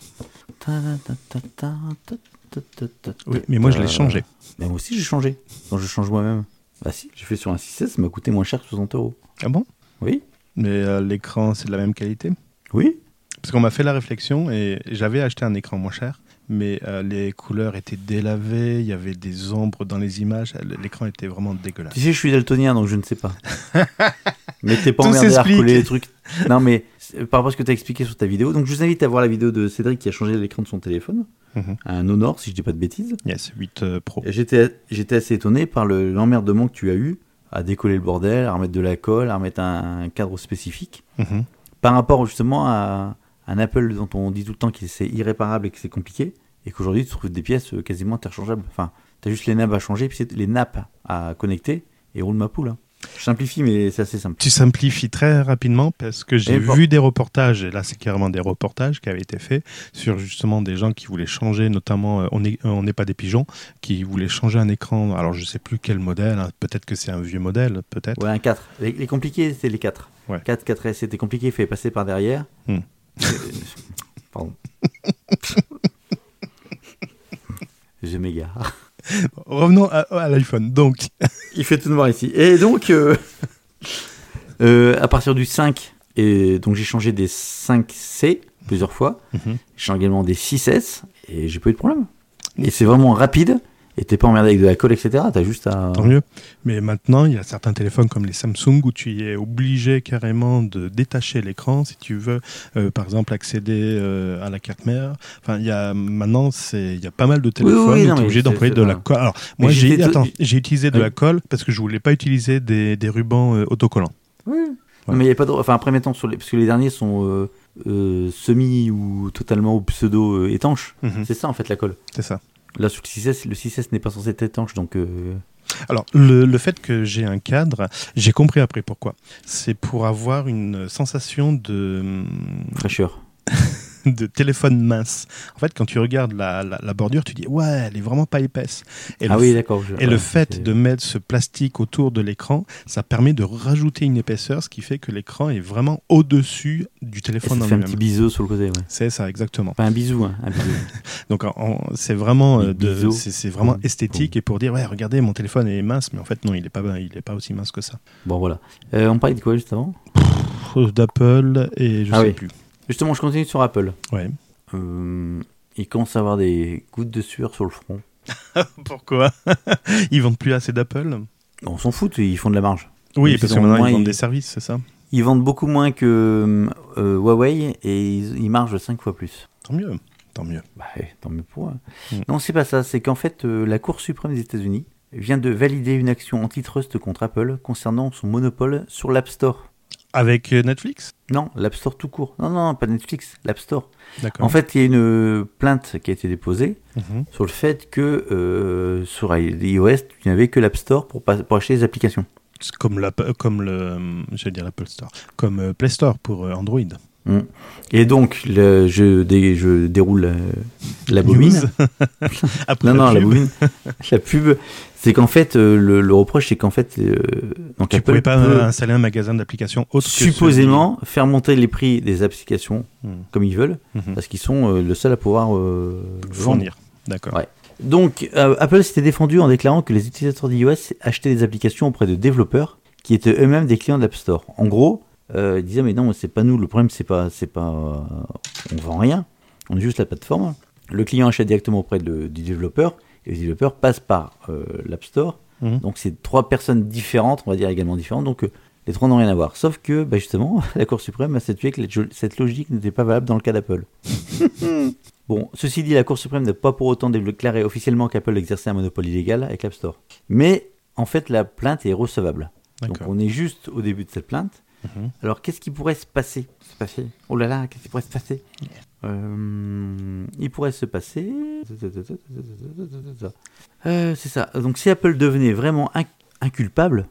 Oui, mais moi, je l'ai changé. Mais moi aussi, j'ai changé. Quand je change moi-même. Bah si, j'ai fait sur un six S, ça m'a coûté moins cher que soixante euros. Ah bon ? Oui. Mais euh, l'écran, c'est de la même qualité ? Oui. Parce qu'on m'a fait la réflexion et j'avais acheté un écran moins cher, mais euh, les couleurs étaient délavées, il y avait des ombres dans les images, l'écran était vraiment dégueulasse. Tu sais, je suis daltonien, donc je ne sais pas. Mais t'es pas Tout emmerdé à s'explique. recoller les trucs. Non, mais c'est par rapport à ce que tu as expliqué sur ta vidéo. Donc, je vous invite à voir la vidéo de Cédric qui a changé l'écran de son téléphone. Mhm. Un Honor, si je dis pas de bêtises. Yes, huit euh, Pro. Et j'étais, j'étais assez étonné par le, l'emmerdement que tu as eu à décoller le bordel, à remettre de la colle, à remettre un, un cadre spécifique. Mhm. Par rapport justement à un Apple dont on dit tout le temps que c'est irréparable et que c'est compliqué. Et qu'aujourd'hui, tu trouves des pièces euh, quasiment interchangeables. Enfin, tu as juste les nappes à changer, puis c'est les nappes à connecter et roule ma poule. Hein. Je simplifie, mais c'est assez simple. Tu simplifies très rapidement parce que j'ai Et bon. vu des reportages, et là c'est carrément des reportages qui avaient été faits sur justement des gens qui voulaient changer, notamment euh, on n'est on n'est pas des pigeons, qui voulaient changer un écran. Alors je sais plus quel modèle, hein, peut-être que c'est un vieux modèle, peut-être. Ouais, un quatre. Les, les compliqués, c'était les quatre. Ouais. quatre, quatre S, c'était compliqué, il fallait passer par derrière. Hmm. Euh, Pardon. Je m'égare. Revenons à, à l'iPhone. Donc, Il fait tout noir ici. Et donc, euh, euh, à partir du cinq, et donc j'ai changé des cinq C plusieurs fois. Mhm. J'ai changé également des six S et j'ai pas eu de problème. Et c'est vraiment rapide. Et t'es pas emmerdé avec de la colle, et cetera. T'as juste à. tant mieux. Mais maintenant, il y a certains téléphones comme les Samsung où tu es obligé carrément de détacher l'écran si tu veux, euh, par exemple, accéder euh, à la carte mère. Enfin, il y a maintenant, c'est il y a pas mal de téléphones oui, où non, tu es mais obligé c'est- d'employer c'est de pas- la colle. Alors, Mais moi, j'ai j'étais tout- attends, j'ai utilisé de Oui. la colle parce que je voulais pas utiliser des, des rubans euh, autocollants. Oui. Non, mais il y a pas de. Enfin, après, mettons, sur les... parce que les derniers sont euh, euh, semi ou totalement ou pseudo euh, étanches. Mhm. C'est ça, en fait, la colle. C'est ça. Là, sur le six S, le six S n'est pas censé être étanche, donc. Euh... Alors, le, le fait que j'ai un cadre, j'ai compris après pourquoi. C'est pour avoir une sensation de... fraîcheur. de téléphone mince. En fait, quand tu regardes la, la, la bordure, tu dis ouais, elle est vraiment pas épaisse. Et ah le, oui, d'accord. Je... Et ouais, le fait c'est... de mettre ce plastique autour de l'écran, ça permet de rajouter une épaisseur, ce qui fait que l'écran est vraiment au-dessus du téléphone et ça en fait lui-même. un petit biseau sur le côté. Ouais. C'est ça, exactement. Pas un bisou, hein, un bisou. Donc en, en, c'est vraiment, euh, de, biseau. c'est, c'est vraiment Boum, esthétique boum. et pour dire ouais, regardez, mon téléphone est mince, mais en fait non, il est pas, il est pas aussi mince que ça. Bon voilà. Euh, on parlait de quoi juste avant ? Pff, d'Apple et je ah sais oui. plus. Justement, je continue sur Apple. Ouais. Euh, il commence à avoir des gouttes de sueur sur le front. Pourquoi ? Ils vendent plus assez d'Apple ? On s'en fout, ils font de la marge. Oui, Même parce s'ils que ont maintenant moins, ils vendent ils- des services, c'est ça ? Ils vendent beaucoup moins que euh, Huawei et ils, ils margent cinq fois plus. Tant mieux, tant mieux. Bah, ouais, tant mieux pour eux. Mm. Non, c'est pas ça. C'est qu'en fait, euh, la Cour suprême des États-Unis vient de valider une action antitrust contre Apple concernant son monopole sur l'App Store. Avec euh, Netflix ? Non, l'App Store tout court. Non, non, pas Netflix, l'App Store. D'accord. En fait, il y a une plainte qui a été déposée Mhm. sur le fait que euh, sur iOS, tu n'avais que l'App Store pour, pas- pour acheter les applications. C'est comme, la, comme le, euh, j'allais dire l'Apple Store, comme euh, Play Store pour euh, Android. Mm. Et donc, le, je, dé, je déroule la, la bobine. Après Non, la non, la pub, bobine. La pub, c'est qu'en fait, euh, le, le reproche, c'est qu'en fait, euh, donc tu Apple pouvais pas peut euh, installer un magasin d'applications autre que supposément faire monter les prix des applications celui- Hmm. comme ils veulent, Mhm. parce qu'ils sont euh, le seul à pouvoir euh, vendre. Fournir. D'accord. Ouais. Donc, euh, Apple s'était défendu en déclarant que les utilisateurs d'iOS achetaient des applications auprès de développeurs qui étaient eux-mêmes des clients de l'App Store. En gros, euh, ils disaient mais non, c'est pas nous. Le problème, c'est pas, c'est pas, euh, on vend rien. On est juste la plateforme. Le client achète directement auprès de, du développeur et le développeur passe par euh, l'App Store. Mhm. Donc, c'est trois personnes différentes, on va dire également différentes. Donc, euh, les trois n'ont rien à voir. Sauf que, bah, justement, la Cour suprême a statué que la- cette logique n'était pas valable dans le cas d'Apple. Bon, ceci dit, la Cour suprême n'a pas pour autant déclaré officiellement qu'Apple exerçait un monopole illégal avec l'App Store. Mais, en fait, la plainte est recevable. Donc, D'accord. on est juste au début de cette plainte. Mhm. Alors, qu'est-ce qui pourrait se passer, se passer Oh là là, qu'est-ce qui pourrait se passer Euh, Il pourrait se passer... Euh, c'est ça. Donc, si Apple devenait vraiment inc- inculpable...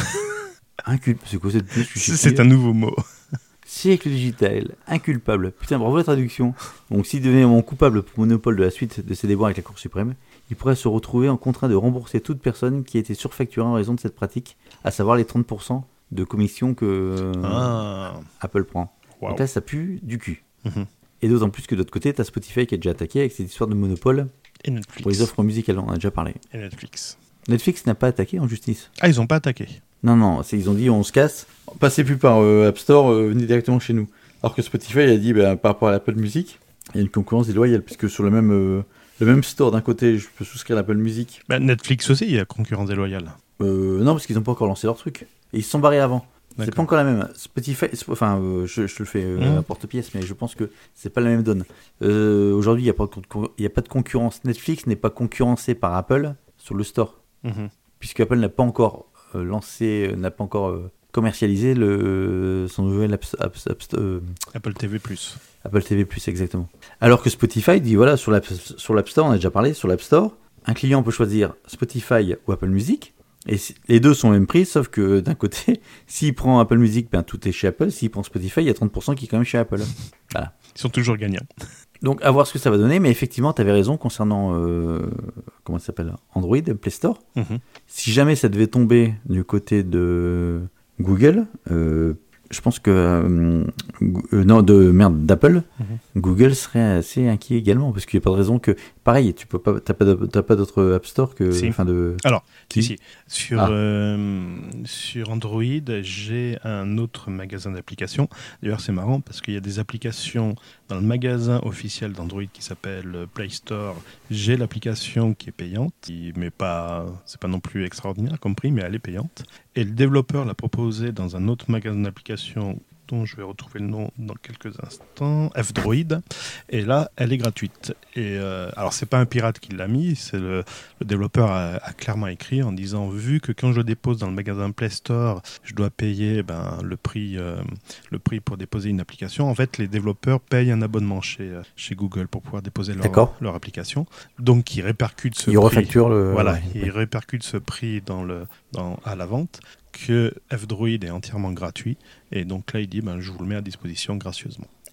Incul... C'est quoi cette je suis C'est, choqué. c'est un nouveau mot. Siècle digital, inculpable. Putain, bravo la traduction. Donc, s'il devenait vraiment coupable pour monopole de la suite de ses déboires avec la Cour suprême, il pourrait se retrouver en contraint de rembourser toute personne qui a été surfacturée en raison de cette pratique, à savoir les trente pour cent de commission que euh, Ah. Apple prend. Waouh. Donc là, ça pue du cul. Mhm. Et d'autant plus que de l'autre côté, t'as Spotify qui est déjà attaqué avec cette histoire de monopole Et Netflix. pour les offres musicales. On en a déjà parlé. Et Netflix. Netflix n'a pas attaqué en justice. Ah, ils ont pas attaqué. Non, non, c'est, ils ont dit on se casse, passez plus par euh, App Store, euh, venez directement chez nous. Alors que Spotify a dit bah, par rapport à l'Apple Music, il y a une concurrence déloyale, puisque sur le même, euh, le même store d'un côté, je peux souscrire l'Apple Music. Bah, Netflix aussi, il y a concurrence déloyale. Euh, non, parce qu'ils n'ont pas encore lancé leur truc. Et ils se sont barrés avant. C'est D'accord. pas encore la même. Spotify, sp- enfin, euh, je, je te le fais euh, Mmh. à porte-pièce, mais je pense que c'est pas la même donne. Euh, aujourd'hui, il n'y a, pas de con- il y a pas de concurrence. Netflix n'est pas concurrencé par Apple sur le store. Mhm. Puisque Apple n'a pas encore euh, lancé, euh, n'a pas encore euh, commercialisé le, son nouvel app, app- app- euh, Apple T V plus. Apple T V plus, exactement. Alors que Spotify dit, voilà, sur l'App, sur l'App Store, on a déjà parlé, sur l'App Store, un client peut choisir Spotify ou Apple Music, et si- les deux sont au même prix, sauf que d'un côté, s'il prend Apple Music, ben, tout est chez Apple, s'il prend Spotify, il y a trente pour cent qui est quand même chez Apple. Voilà. Ils sont toujours gagnants. Donc, à voir ce que ça va donner, mais effectivement, tu avais raison concernant, euh, comment ça s'appelle, Android, Play Store. Mhm. Si jamais ça devait tomber du côté de Google, euh, je pense que euh, Go- euh, non de merde d'Apple, Mhm. Google serait assez inquiet également parce qu'il n'y a pas de raison que pareil, tu peux pas, t'as pas, de- t'as pas d'autre App Store que, Si. enfin de. Si, si. Sur, Ah. euh, sur Android, j'ai un autre magasin d'applications. D'ailleurs, c'est marrant parce qu'il y a des applications dans le magasin officiel d'Android qui s'appelle Play Store. J'ai l'application qui est payante, qui, mais pas, c'est pas non plus extraordinaire comme prix, mais elle est payante. Et le développeur l'a proposé dans un autre magasin d'applications dont je vais retrouver le nom dans quelques instants, F-Droid, et là, elle est gratuite. Et euh, alors, c'est pas un pirate qui l'a mis, c'est le, le développeur a, a clairement écrit en disant, vu que quand je le dépose dans le magasin Play Store, je dois payer ben, le prix, euh, le prix pour déposer une application. En fait, les développeurs payent un abonnement chez euh, chez Google pour pouvoir déposer leur, D'accord. leur application. Donc, ils répercutent ce Ils prix. refacturent le. Voilà, ouais. ils répercutent ce prix dans le, dans, à la vente, que F-Droid est entièrement gratuit, et donc là il dit ben, je vous le mets à disposition gracieusement.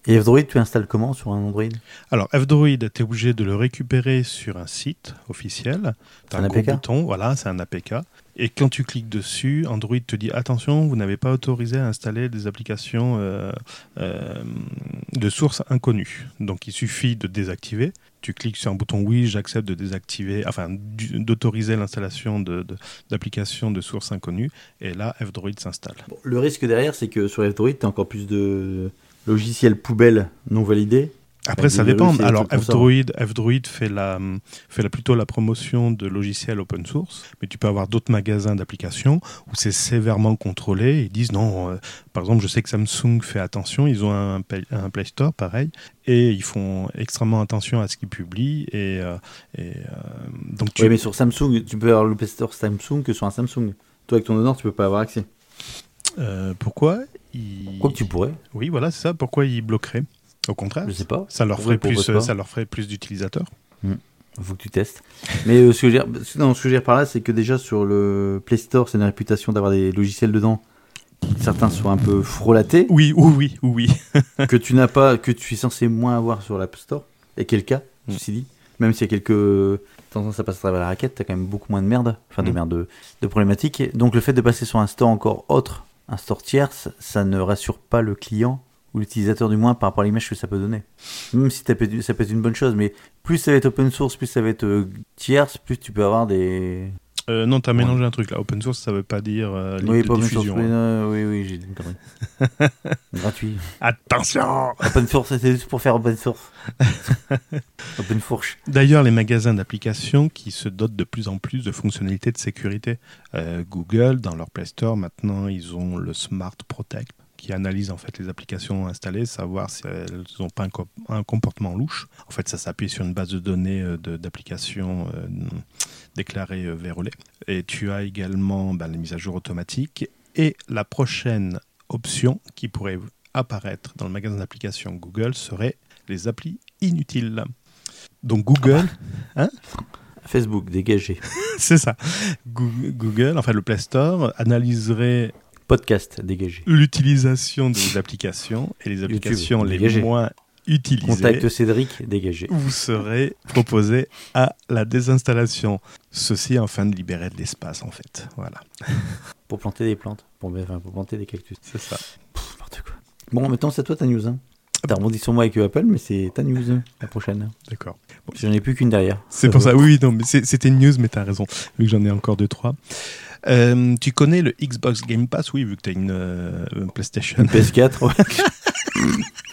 Et F-Droid, tu installes comment sur un Android ? Alors, F-Droid, tu es obligé de le récupérer sur un site officiel. Tu as un un A P K ? gros bouton, voilà, c'est un A P K. Et quand tu cliques dessus, Android te dit « Attention, vous n'avez pas autorisé à installer des applications euh, euh, de source inconnue. » Donc, il suffit de désactiver. Tu cliques sur un bouton « Oui, j'accepte de désactiver », enfin, d'autoriser l'installation de, de, d'applications de source inconnue. Et là, F-Droid s'installe. Bon, le risque derrière, c'est que sur F-Droid, tu as encore plus de logiciels poubelles non validés. Après, ça des dépend. virus et des Alors, trucs comme ça. F-Droid, F-Droid fait, la, fait la, plutôt la promotion de logiciels open source, mais tu peux avoir d'autres magasins d'applications où c'est sévèrement contrôlé. Ils disent non. Euh, par exemple, je sais que Samsung fait attention. Ils ont un, un Play Store, pareil, et ils font extrêmement attention à ce qu'ils publient. Et, euh, et euh, donc, tu... Oui, mais sur Samsung, tu peux avoir le Play Store Samsung que sur un Samsung. Toi, avec ton Honor, tu peux pas avoir accès. Euh, pourquoi ils... Quoi que tu pourrais. Oui, voilà, c'est ça. Pourquoi ils bloqueraient ? Au contraire, Je sais pas. ça leur Pourquoi ferait ils plus, proposent pas ça leur ferait plus d'utilisateurs. Il faut que tu testes. Mais euh, ce, que je veux dire, non, ce que je veux dire par là, c'est que déjà sur le Play Store, c'est une réputation d'avoir des logiciels dedans. Certains sont un peu frelatés. Oui, oui, oui, oui. que tu n'as pas, que tu es censé moins avoir sur l'App Store. Et quel cas, Mm. ceci dit. Même s'il y a quelques. De temps en temps, ça passe à travers la raquette, t'as quand même beaucoup moins de merde. Enfin, de Mm. merde, de, de problématiques. Donc le fait de passer sur un store encore autre, un store tierce, ça ne rassure pas le client. Ou l'utilisateur du moins par rapport à l'image que ça peut donner. Même si ça peut, être, ça peut être une bonne chose, mais plus ça va être open source, plus ça va être euh, tierce, plus tu peux avoir des... Euh, non, t'as Ouais. mélangé un truc là. Open source, ça veut pas dire euh, libre Oui, de pas open source, diffusion. oui, hein. non, oui, oui, j'ai dit une connerie. Gratuit. Attention. Open source, c'est juste pour faire open source. Open fourche. D'ailleurs, les magasins d'applications qui se dotent de plus en plus de fonctionnalités de sécurité. Euh, Google, dans leur Play Store, maintenant, ils ont le Smart Protect qui analyse en fait les applications installées, savoir si elles n'ont pas un, co- un comportement louche. En fait, ça s'appuie sur une base de données euh, de, d'applications euh, déclarées euh, vérolées. Et tu as également ben, les mises à jour automatiques. Et la prochaine option qui pourrait apparaître dans le magasin d'applications Google serait les applis inutiles. Donc Google, hein Facebook, dégagé. c'est ça. Google, enfin le Play Store, analyserait Podcast, dégagé. l'utilisation des applications et les applications YouTube, les dégagé. moins utilisées. Contact Cédric, dégagé. Vous serez proposé à la désinstallation. Ceci afin de libérer de l'espace en fait. Voilà, Pour planter des plantes. Pour, enfin, pour planter des cactus. c'est ça. Pff, n'importe quoi. Bon, maintenant, c'est à toi ta news. Hein. T'as rebondi sur moi avec Apple, mais c'est ta news, hein, la prochaine. D'accord. J'en ai plus qu'une derrière. C'est pour ça. Oui, oui, non, mais c'est- c'était une news, mais t'as raison. Vu que j'en ai encore deux, trois. Euh, tu connais le Xbox Game Pass? Oui, vu que t'as une, euh, une PlayStation. Une P S quatre, ouais.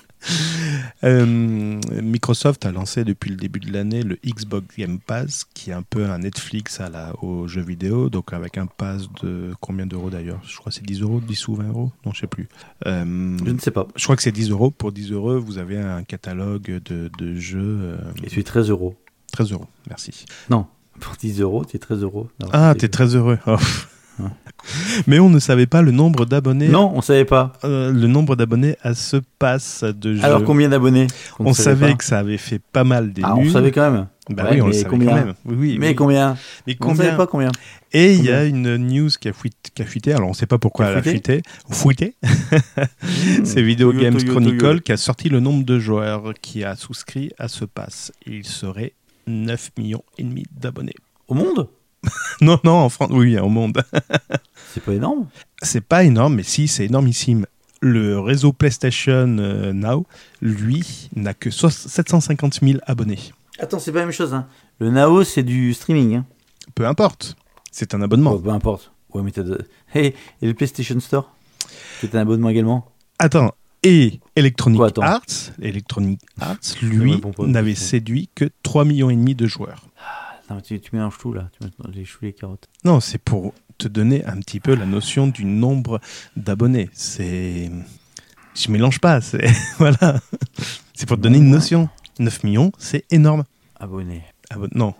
Euh, Microsoft a lancé depuis le début de l'année le Xbox Game Pass, qui est un peu un Netflix à la, aux jeux vidéo, donc avec un pass de combien d'euros d'ailleurs? Je crois que c'est dix euros, dix ou vingt euros? Non, je sais plus. Euh, Je ne sais pas. je crois que c'est dix euros. Pour dix euros, vous avez un catalogue de, de jeux. Euh, Et tu es treize euros. treize euros, merci. Non, pour dix euros, tu es treize euros. Non, Ah, c'est- t'es très heureux. Oh. Ouais. Mais on ne savait pas le nombre d'abonnés. Non, on savait pas. euh, le nombre d'abonnés à ce pass de jeux. Alors combien d'abonnés? qu'on ne on savait savait pas. que ça avait fait pas mal d'émus. Ah, on savait quand même. Bah Ouais, oui, on le mais savait combien quand même. Oui, oui, Mais oui. combien? Mais On ne savait combien pas combien. Et il y a Combien une news qui a, fuit- qui a fuité. Alors on ne sait pas pourquoi Qui a elle a fuité. fuité Fuité. C'est Video Toyo, Games Toyo, Chronicle Toyo. qui a sorti le nombre de joueurs qui a souscrit à ce pass. Il serait neuf millions et demi d'abonnés. Au monde? Non, non, en France, oui, au monde. C'est pas énorme. C'est pas énorme, mais si, c'est énormissime. Le réseau PlayStation euh, Now, lui, n'a que so- sept cent cinquante mille abonnés. Attends, c'est pas la même chose. Hein. Le Nao, c'est du streaming. Hein. Peu importe, c'est un abonnement. Oh, peu importe. Ouais, mais t'as de... Hey, et le PlayStation Store? C'est un abonnement également? Attends, et Electronic Quoi, attends Arts, Electronic Arts, me lui, réponds pas, n'avait question. séduit que trois millions et demi de joueurs. Non, mais tu, tu mélanges tout là. Tu mélanges les choux, les carottes. Non, c'est pour te donner un petit peu la notion du nombre d'abonnés. C'est... Je mélange pas, c'est... voilà. C'est pour te donner une notion. neuf millions, c'est énorme. Abonnés. Ah bon, non.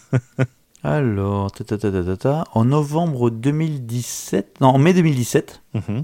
Alors, ta, ta, ta, ta, ta, ta. En novembre deux mille dix-sept, non, en mai deux mille dix-sept, Mhm.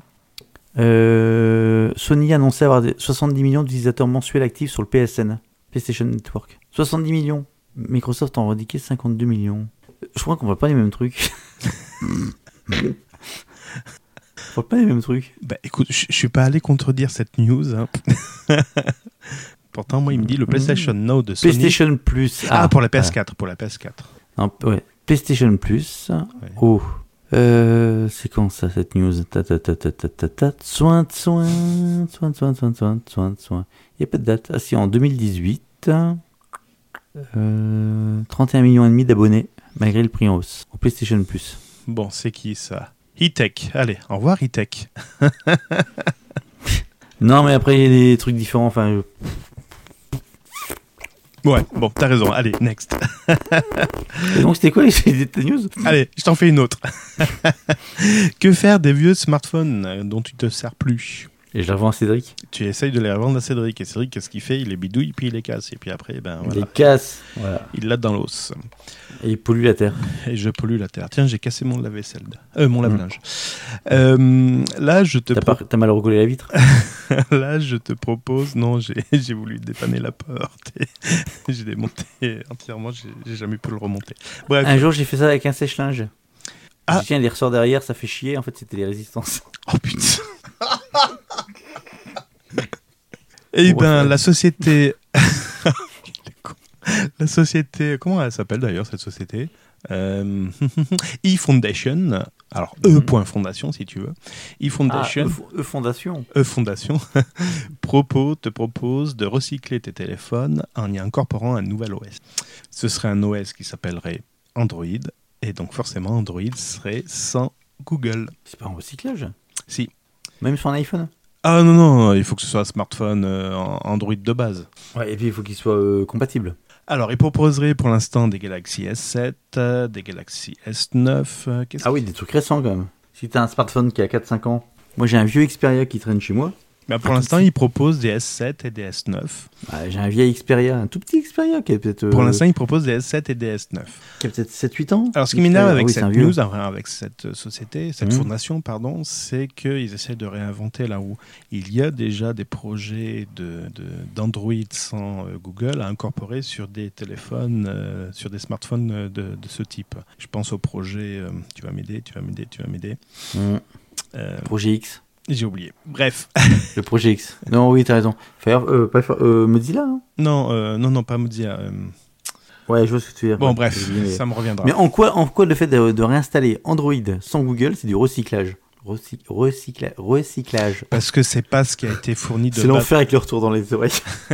euh, Sony annonçait avoir des soixante-dix millions d'utilisateurs mensuels actifs sur le P S N, PlayStation Network. soixante-dix millions. Microsoft en revendiquait cinquante-deux millions. Je crois qu'on voit pas les mêmes trucs. parle pas les mêmes trucs. Bah écoute, je je suis pas allé contredire cette news. Hein. Pourtant, moi, il me dit le PlayStation Now de Sony. PlayStation Plus. Ah, Ah, pour la P S quatre, pour la P S quatre. Non, ouais. PlayStation Plus. Ouais. Oh. Euh, c'est quand ça, cette news? Ta ta ta ta ta ta ta. Soin, soin, soin, soin, soin, soin, soin, soin. Il n'y a pas de date. Ah si, en deux mille dix-huit, euh, trente et un millions et demi d'abonnés, malgré le prix en hausse. Au PlayStation Plus. Bon, c'est qui ça? E-Tech. Allez, au revoir E-Tech. Non, mais après, il y a des trucs différents. Enfin, Ouais, bon, t'as raison. Allez, next. Et donc, c'était quoi les idées de ta news? Allez, je t'en fais une autre. Que faire des vieux smartphones euh, dont tu te sers plus? Et je la revends à Cédric. Tu essayes de les revendre à Cédric. Et Cédric, qu'est-ce qu'il fait? Il les bidouille, puis il les casse. Et puis après, ben Il voilà, les casse. Voilà. il l'a dans l'os. Et il pollue la terre. Et je pollue la terre. Tiens, j'ai cassé mon lave-vaisselle. Euh, mon lave-linge. Euh, là, je te T'as, pro- pas, t'as mal recollé la vitre? là, je te propose. Non, j'ai, j'ai voulu dépanner la porte. Et j'ai démonté entièrement. J'ai, j'ai jamais pu le remonter. Bref. Un jour, j'ai fait ça avec un sèche-linge. Ah. Tiens, les ressorts derrière, ça fait chier. En fait, c'était les résistances. Oh putain. Eh Ouais, ben, ouais. la société. La société. Comment elle s'appelle d'ailleurs, cette société? euh... eFoundation. Alors, E.Fondation, si tu veux. Ah, eFoundation. E Fondation. E-Fondation propos, te propose de recycler tes téléphones en y incorporant un nouvel O S. Ce serait un O S qui s'appellerait Android, et donc forcément Android serait sans Google. C'est pas un recyclage? Si. Même sur un iPhone? Ah non, non, il faut que ce soit un smartphone euh, en- Android de base. Ouais, et puis il faut qu'il soit euh, compatible. Alors, il proposerait pour l'instant des Galaxy S sept, euh, des Galaxy S neuf. euh, qu'est-ce Ah oui, des trucs récents quand même. Si t'as un smartphone qui a quatre cinq ans. Moi, j'ai un vieux Xperia qui traîne chez moi. Bah, pour l'instant, il propose des S sept et des S neuf. Bah, j'ai un vieil Xperia, un tout petit Xperia qui a peut-être, euh, Pour l'instant, il propose des S sept et des S neuf. qui a peut-être sept huit ans. Alors, ce qui m'énerve Xperia, avec oui, c'est un cette vieux. news, enfin, avec cette société, cette Mhm. fondation, pardon, c'est qu'ils essaient de réinventer là où il y a déjà des projets de, de- d'Android sans euh, Google à incorporer sur des téléphones, euh, sur des smartphones euh, de, de ce type. Je pense au projet, euh, tu vas m'aider, tu vas m'aider, tu vas m'aider. Mmh. Euh, Projet X. j'ai oublié. Bref. Le projet X. Non, oui, t'as raison. Fire, euh, pas Fire- euh, Mozilla, non? Non, euh, non, non, pas Mozilla. euh, Ouais, je vois ce que tu veux dire. Bon, Ouais, bref, j'ai oublié, mais- ça me reviendra. Mais en quoi, en quoi le fait de, de réinstaller Android sans Google, c'est du recyclage? Recy- recycla- recyclage. Parce que c'est pas ce qui a été fourni de C'est base. l'enfer avec le retour dans les oreilles.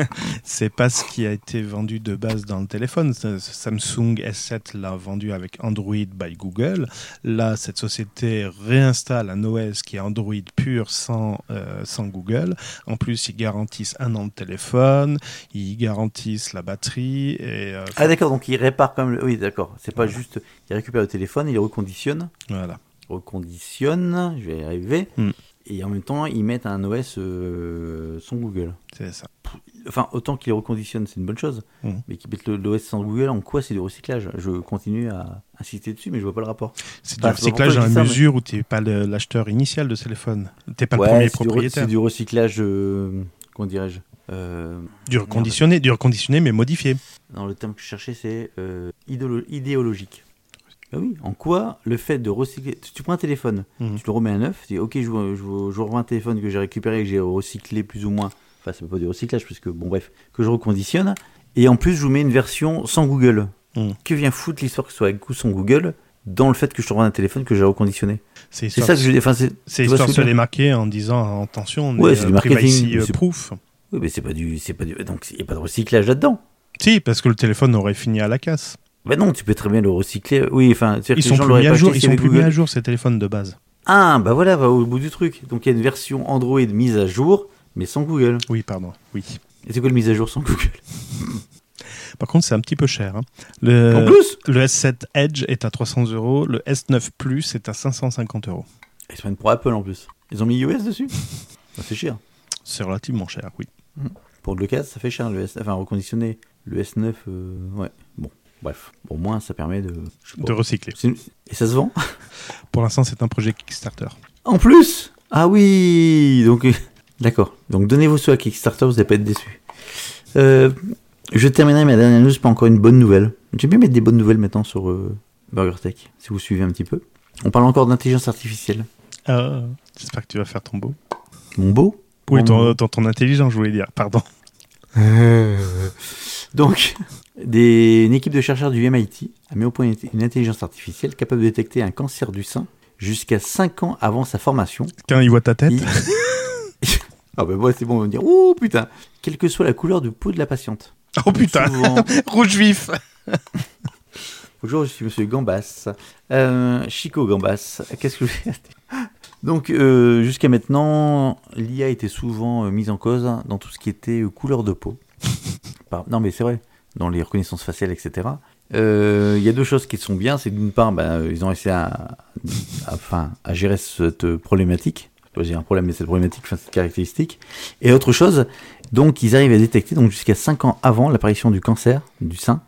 C'est pas ce qui a été vendu de base dans le téléphone. S- Samsung S sept l'a vendu avec Android by Google. Là, cette société réinstalle un O S qui est Android pur sans, euh, sans Google. En plus, ils garantissent un an de téléphone, ils garantissent la batterie. Et, euh, Ah d'accord, donc il répare comme... le- Oui, d'accord. C'est pas juste... Il récupère le téléphone, il le reconditionne. voilà. Reconditionne, je vais y arriver. Hmm. Et en même temps, ils mettent un O S euh, sans Google. C'est ça. Enfin, autant qu'ils reconditionnent, c'est une bonne chose. Hmm. Mais qu'ils mettent le- l'O S sans Google, en quoi c'est du recyclage? Je continue à insister dessus, mais je vois pas le rapport. C'est Bah, du c'est pas recyclage pourquoi à je dis la ça, mesure où tu n'es pas le- l'acheteur initial de ce téléphone. Tu n'es pas Ouais, le premier c'est du, re- propriétaire. c'est du recyclage... euh, comment dirais-je euh, Du reconditionné, du reconditionné mais modifié. Non, le terme que je cherchais, c'est euh, idéolo- idéologique. Bah oui, en quoi le fait de recycler... Tu, tu prends un téléphone, Mhm. tu le remets à neuf, tu dis ok, je, vous- je, vous- je vous revends un téléphone que j'ai récupéré, que j'ai recyclé plus ou moins, enfin c'est pas du recyclage, puisque bon bref, que je reconditionne, et en plus je vous mets une version sans Google. Mhm. Que vient foutre l'histoire que ce soit avec ou sans Google dans le fait que je te revends un téléphone que j'ai reconditionné? C'est C'est histoire, ça que je dis, enfin c'est... c'est tu vois histoire ce de que se je veux les dire marquer en disant attention, on Ouais, est c'est euh, du marketing, privacy mais euh, c'est- proof. Oui, mais c'est pas du... C'est pas du... Donc il n'y a pas de recyclage là-dedans. Si, parce que le téléphone aurait fini à la casse. Bah non, tu peux très bien le recycler. Oui, enfin, c'est-à-dire Ils que sont les gens plus l'auraient mis à pas jour, acheté ils s'il y sont avait plus mis Google. à jour ces téléphones de base. Ah, bah voilà, va au bout du truc. Donc il y a une version Android mise à jour, mais sans Google. Oui, pardon. Oui. Et c'est quoi le mise à jour sans Google? Par contre, c'est un petit peu cher. hein. Le, En plus le S sept Edge est à trois cents euros, le S neuf Plus est à cinq cent cinquante euros. Ils se prennent pour Apple en plus. Ils ont mis iOS dessus. Ça fait cher. C'est relativement cher, oui. Pour le cas, ça fait cher. Le S... Enfin, reconditionner le S neuf, euh, ouais. Bon, bref. Au moins, ça permet de... je sais pas. De recycler. C'est une- Et ça se vend? Pour l'instant, c'est un projet Kickstarter. En plus? Ah oui. Donc, euh, d'accord. Donc donnez vos sous à Kickstarter, vous n'allez pas être déçus. Euh, je terminerai ma dernière news par encore une bonne nouvelle. J'aime bien mettre des bonnes nouvelles maintenant sur euh, BurgerTech, si vous suivez un petit peu. On parle encore d'intelligence artificielle. Ah, j'espère que tu vas faire ton beau. Mon beau Oui, Mon ton, beau. ton, ton intelligent, je voulais dire. Pardon. Donc, des, une équipe de chercheurs du M I T a mis au point une intelligence artificielle capable de détecter un cancer du sein jusqu'à cinq ans avant sa formation. Quand il voit ta tête. Il... ah ben moi c'est bon, on va me dire, oh putain, quelle que soit la couleur de peau de la patiente. Oh putain, Souvent... rouge vif. Bonjour, je suis Monsieur Gambas. Euh, Chico Gambas. Qu'est-ce que je vais dire ? Donc, euh, jusqu'à maintenant, l'I A était souvent euh, mise en cause dans tout ce qui était euh, couleur de peau. Par... Non, mais c'est vrai, dans les reconnaissances faciales, et cetera. Il euh, y a deux choses qui sont bien. C'est que d'une part, ben, ils ont essayé à, à, enfin, à gérer cette problématique. Je dire un problème, mais cette problématique, enfin, cette caractéristique. Et autre chose, donc, ils arrivent à détecter donc, jusqu'à cinq ans avant l'apparition du cancer du sein.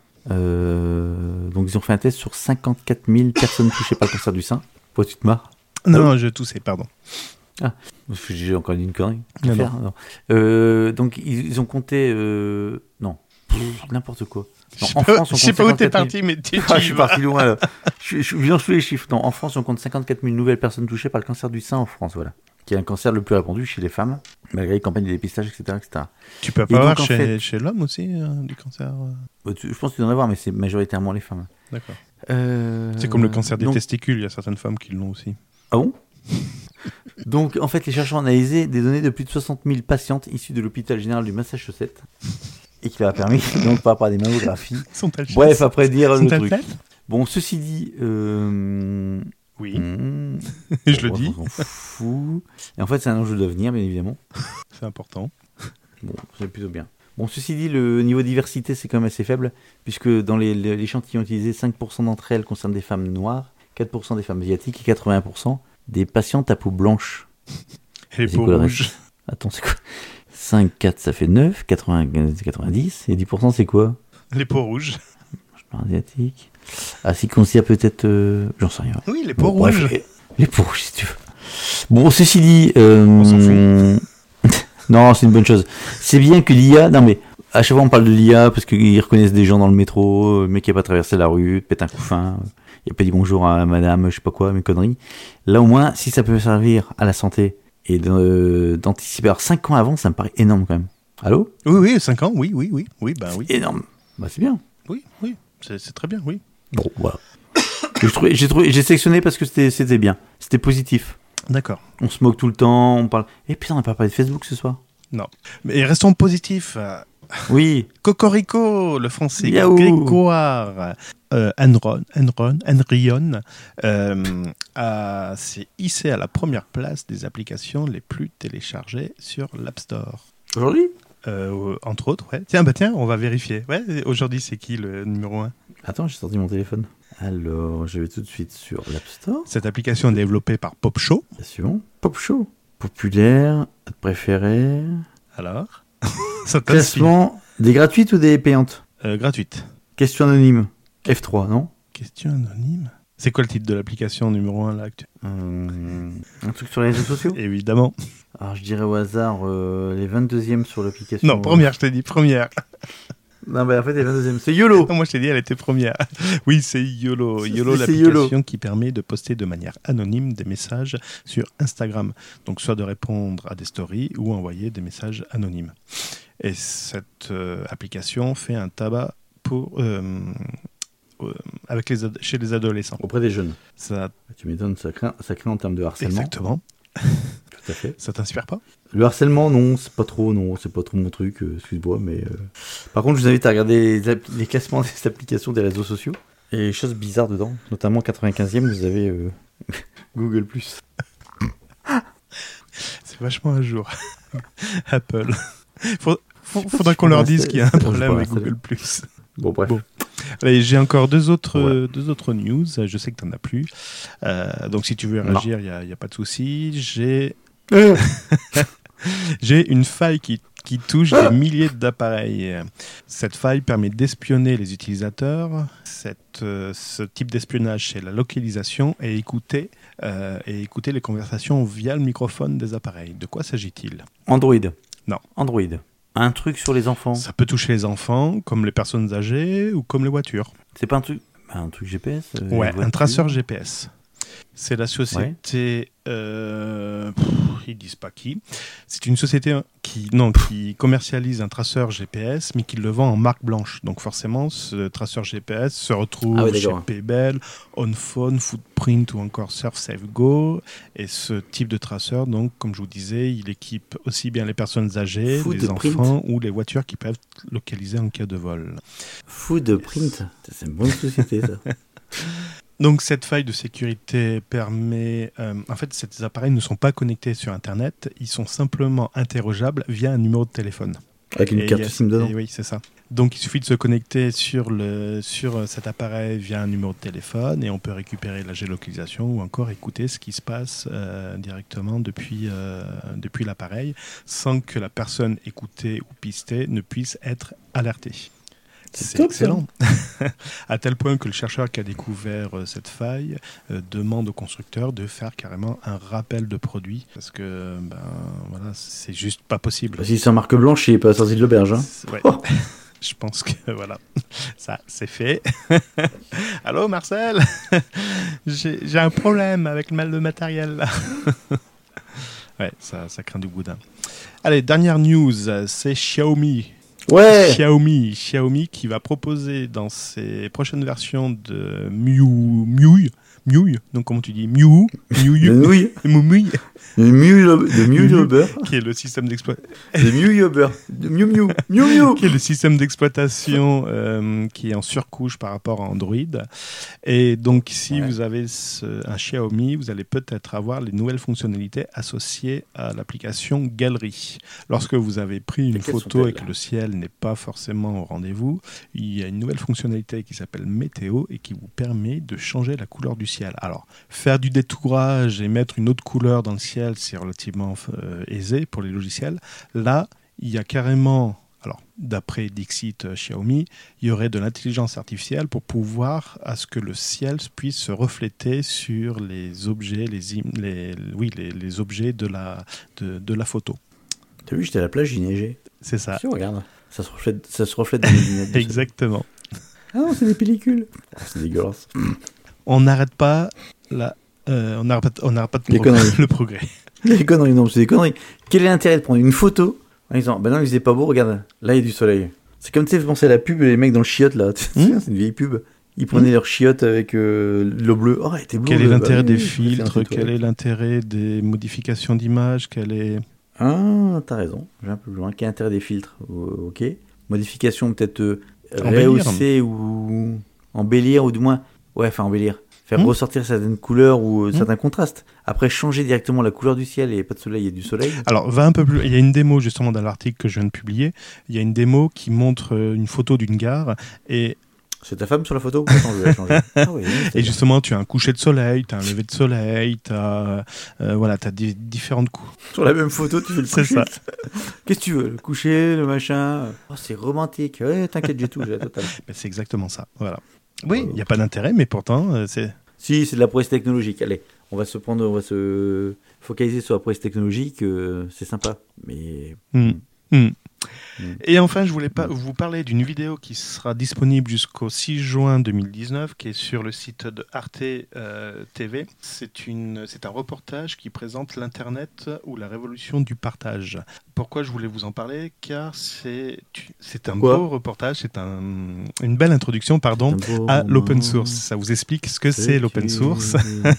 Euh, donc, ils ont fait un test sur cinquante-quatre mille personnes touchées par le cancer du sein. Pourquoi tu te marres ? Non, non, je toussais, pardon. Ah, j'ai encore dit une connerie. Non, Faire, non. non. Euh, donc, ils, ils ont compté... Euh... Non, Pff, n'importe quoi. Non, Je en sais pas, France, on je sais compte pas où t'es cinquante-quatre mille. parti, mais tu Ah, je y suis vas. parti loin, là. Je, je, je mélange tous les chiffres. Non, en France, on compte cinquante-quatre mille nouvelles personnes touchées par le cancer du sein en France, voilà. Qui est un cancer le plus répandu chez les femmes, malgré les campagnes de dépistage, et cetera, et cetera. Tu peux Et pas donc, avoir en chez, fait- chez l'homme aussi, euh, du cancer euh, Euh, tu- Je pense que tu dois en avoir, mais c'est majoritairement les femmes. D'accord. Euh, C'est comme le cancer des donc- testicules, il y a certaines femmes qui l'ont aussi. Ah bon? Donc, en fait, les chercheurs ont analysé des données de plus de soixante mille patientes issues de l'hôpital général du Massachusetts et qui leur a permis, donc par rapport à des mammographies. Sont-elles Bref, après dire le Sont-elles truc. faites Bon, ceci dit, euh... Oui, hmm, je le bon, dis, on s'en fout. Et en fait, c'est un enjeu d'avenir, bien évidemment. c'est important. Bon, c'est plutôt bien. Bon, ceci dit, le niveau de diversité, c'est quand même assez faible, puisque dans les, les- l'échantillon utilisé, cinq pour cent d'entre elles concernent des femmes noires, quatre pour cent des femmes asiatiques et quatre-vingts pour cent des patientes à peau blanche. Et les C'est peaux quoi le rouges. reste ? Attends, c'est quoi ? cinq, quatre, ça fait neuf, quatre-vingts, quatre-vingt-dix, et dix pour cent, c'est quoi ? Les peaux rouges. Asiatique. Ah, si considère peut-être... euh, J'en sais rien. Oui, les peaux Bon, bref, rouges. les, les peaux rouges, si tu veux. Bon, ceci dit... euh, On s'en fout. non, c'est une bonne chose. C'est bien que l'I A... Non, mais à chaque fois, on parle de l'I A parce qu'ils reconnaissent des gens dans le métro, le mec qui n'a pas traversé la rue, pète un coup fin, il n'a pas dit bonjour à madame, je sais pas quoi, mes conneries. Là, au moins, si ça peut servir à la santé et de- d'anticiper... Alors, cinq ans avant, ça me paraît énorme quand même. Allô ? Oui, oui, cinq ans, oui, oui, oui. Oui, bah oui. Énorme. Bah, c'est bien. Oui, oui, c'est c'est très bien, oui. Bon, voilà. j'ai, trouvé, j'ai, trouvé, j'ai sélectionné parce que c'était, c'était bien. C'était positif. D'accord. On se moque tout le temps, on parle... Et puis, on n'a pas parlé de Facebook ce soir. Mais restons positifs. Oui. Cocorico, le français Miaou. Grégoire euh, Enron, Enron, Enrion, euh, a- s'est hissé à la première place des applications les plus téléchargées sur l'App Store. Aujourd'hui ? Euh, entre autres, ouais. Tiens, bah tiens, on va vérifier. Ouais, aujourd'hui, c'est qui le numéro un ? Attends, j'ai sorti mon téléphone. Alors, je vais tout de suite sur l'App Store. Cette application est développée par Popshow. Attention. Pop Show. Populaire. Préféré. Alors, ça t'inspire. Classement. Des gratuites ou des payantes ? Euh, gratuite. Question anonyme. F trois, non ? Question anonyme. C'est quoi le titre de l'application numéro un là actu- Euh, Un truc sur les réseaux sociaux ? Évidemment. Alors, je dirais au hasard euh, les vingt-deuxièmes sur l'application. Non, première, je t'ai dit première. Non, bah en fait, les vingt-deuxièmes. C'est YOLO. Moi, je t'ai dit, elle était première. Oui, c'est YOLO. C'est- YOLO, c'est l'application YOLO. qui permet de poster de manière anonyme des messages sur Instagram. Donc, soit de répondre à des stories ou envoyer des messages anonymes. Et cette euh, application fait un tabac pour, euh, euh, avec les ad- chez les adolescents. Auprès des jeunes. Ça, Tu m'étonnes, ça craint, ça craint en termes de harcèlement. exactement. Tout à fait. Ça t'inspire pas ? Le harcèlement, non, c'est pas trop, non, c'est pas trop mon truc, euh, excuse-moi, mais... euh, Par contre, je vous invite à regarder les, app- les classements des applications des réseaux sociaux. Et les choses bizarres dedans, notamment quatre-vingt-quinzième, vous avez euh, Google plus. C'est vachement à jour. Apple. Faut- faut- faudra qu'on leur dise qu'il y a un problème avec Google plus. Bon, bref. Bon. Allez, j'ai encore deux autres, Ouais. euh, deux autres news. Je sais que tu n'en as plus. Euh, donc, si tu veux Non. réagir, il n'y a, y a pas de souci. J'ai j'ai une faille qui, qui touche des milliers d'appareils. Cette faille permet d'espionner les utilisateurs. Cette, euh, ce type d'espionnage, c'est la localisation et écouter, euh, et écouter les conversations via le microphone des appareils. De quoi s'agit-il ? Android. Non. Android. Un truc sur les enfants. Ça peut toucher les enfants, comme les personnes âgées ou comme les voitures. C'est pas un truc... Un truc G P S euh, Ouais, voiture. un traceur G P S. C'est la société... Euh, pff, ils disent pas qui. C'est une société qui, non, qui commercialise un traceur G P S, mais qui le vend en marque blanche. Donc forcément, ce traceur G P S se retrouve Ah oui, chez d'accord. Paybel, OnPhone, Footprint ou encore SurfSafeGo. Et ce type de traceur, donc, comme je vous disais, il équipe aussi bien les personnes âgées, les Footprint. enfants ou les voitures qui peuvent être localisées en cas de vol. Foodprint, c'est une bonne société ça. Donc cette faille de sécurité permet... Euh, en fait, ces appareils ne sont pas connectés sur Internet, ils sont simplement interrogeables via un numéro de téléphone. Avec une Et carte il y a- SIM dedans. et oui, c'est ça. Donc il suffit de se connecter sur, le, sur cet appareil via un numéro de téléphone et on peut récupérer la géolocalisation ou encore écouter ce qui se passe euh, directement depuis, euh, depuis l'appareil sans que la personne écoutée ou pistée ne puisse être alertée. C'est C'est top, excellent. À tel point que le chercheur qui a découvert euh, cette faille euh, demande au constructeur de faire carrément un rappel de produit parce que ben, voilà, c'est juste pas possible. Bah, si c'est en marque blanche, il est pas sorti de l'auberge. Hein. C'est- ouais. Oh. Je pense que voilà, ça c'est fait. Allô Marcel, j'ai j'ai un problème avec le mal de matériel là. Ouais, ça, ça craint du boudin. Allez, dernière news, c'est Xiaomi. Ouais. Xiaomi, Xiaomi qui va proposer dans ses prochaines versions de Miu, Miu, Miu, donc comment tu dis, Miu, De Miu, nouilles. Miu, De mieux de mieux Miu, le beurre. qui est le système d'exploitation. De mieux le beurre. De mieux mieux. Mieux mieux. qui est le système d'exploitation euh, qui est en surcouche par rapport à Android. Et donc, si Ouais. vous avez ce- un Xiaomi, vous allez peut-être avoir les nouvelles fonctionnalités associées à l'application Galerie. Lorsque vous avez pris une Lesquelles photo sont-elles et que le ciel n'est pas forcément au rendez-vous, il y a une nouvelle fonctionnalité qui s'appelle Météo et qui vous permet de changer la couleur du ciel. Alors, faire du détourage et mettre une autre couleur dans le ciel, c'est relativement euh, aisé pour les logiciels. Là, il y a carrément, alors d'après Dixit euh, Xiaomi, il y aurait de l'intelligence artificielle pour pouvoir à ce que le ciel puisse se refléter sur les objets, les, im- les, oui, les, les objets de la, de, de la photo. T'as vu, j'étais à la plage, il neigeait. C'est ça. Si, regarde. Ça se reflète, ça se reflète dans les lunettes. de Exactement. soleil. Ah non, c'est des pellicules. Ah, c'est dégueulasse. On n'arrête pas la, euh, on n'arrête pas, on n'arrête pas de Les progrès- conneries. le progrès. Des conneries, non, c'est des conneries. Quel est l'intérêt de prendre une photo en disant, ben non, il faisait pas beau, regarde, là il y a du soleil. C'est comme, tu sais, vous pensez à la pub, les mecs dans le chiotte, là. Tu sais, Hmm. c'est une vieille pub. Ils prenaient leur chiotte avec euh, l'eau bleue. Oh, elle était bleue. Quel est bah l'intérêt oui, des c'est un filtres? tutoriel. Quel est l'intérêt des modifications d'image? Quel est... Ah, t'as raison. J'ai un peu plus loin. Quel est l'intérêt des filtres? O- Ok. Modification, peut-être euh, Embellir. rehausser ou embellir, ou du moins, ouais, enfin embellir. Faire Hmm. ressortir certaines couleurs ou euh, Hmm. certains contrastes. Après, changer directement la couleur du ciel et pas de soleil et du soleil. Alors, va un peu plus. Il y a une démo justement dans l'article que je viens de publier. Il y a une démo qui montre euh, une photo d'une gare et, C'est ta femme sur la photo? Attends, je vais la changer. Ah oui, oui, c'est et bien. justement, tu as un coucher de soleil, tu as un lever de soleil, tu as euh, voilà, tu as différentes couches. Sur la même photo, tu fais le C'est coucher. ça. Qu'est-ce que tu veux? Le coucher, le machin. Oh, c'est romantique. Ouais, t'inquiète, j'ai tout, j'ai la totale. Ben, c'est exactement ça. Voilà. Oui, il n'y a pas d'intérêt, mais pourtant, euh, c'est. Si, c'est de la prouesse technologique. Allez, on va se prendre, on va se focaliser sur la prouesse technologique. euh, c'est sympa. Mais. Hmm. Hmm. Hmm. Et enfin, je voulais pas vous parler d'une vidéo qui sera disponible jusqu'au six juin deux mille dix-neuf, qui est sur le site de Arte euh, T V. C'est une, c'est un reportage qui présente l'Internet ou la révolution du partage. Pourquoi je voulais vous en parler? Car c'est, c'est un Pourquoi beau reportage, c'est un, une belle introduction, pardon, C'est un beau à roman. l'open source. Ça vous explique ce que c'est l'open une- source,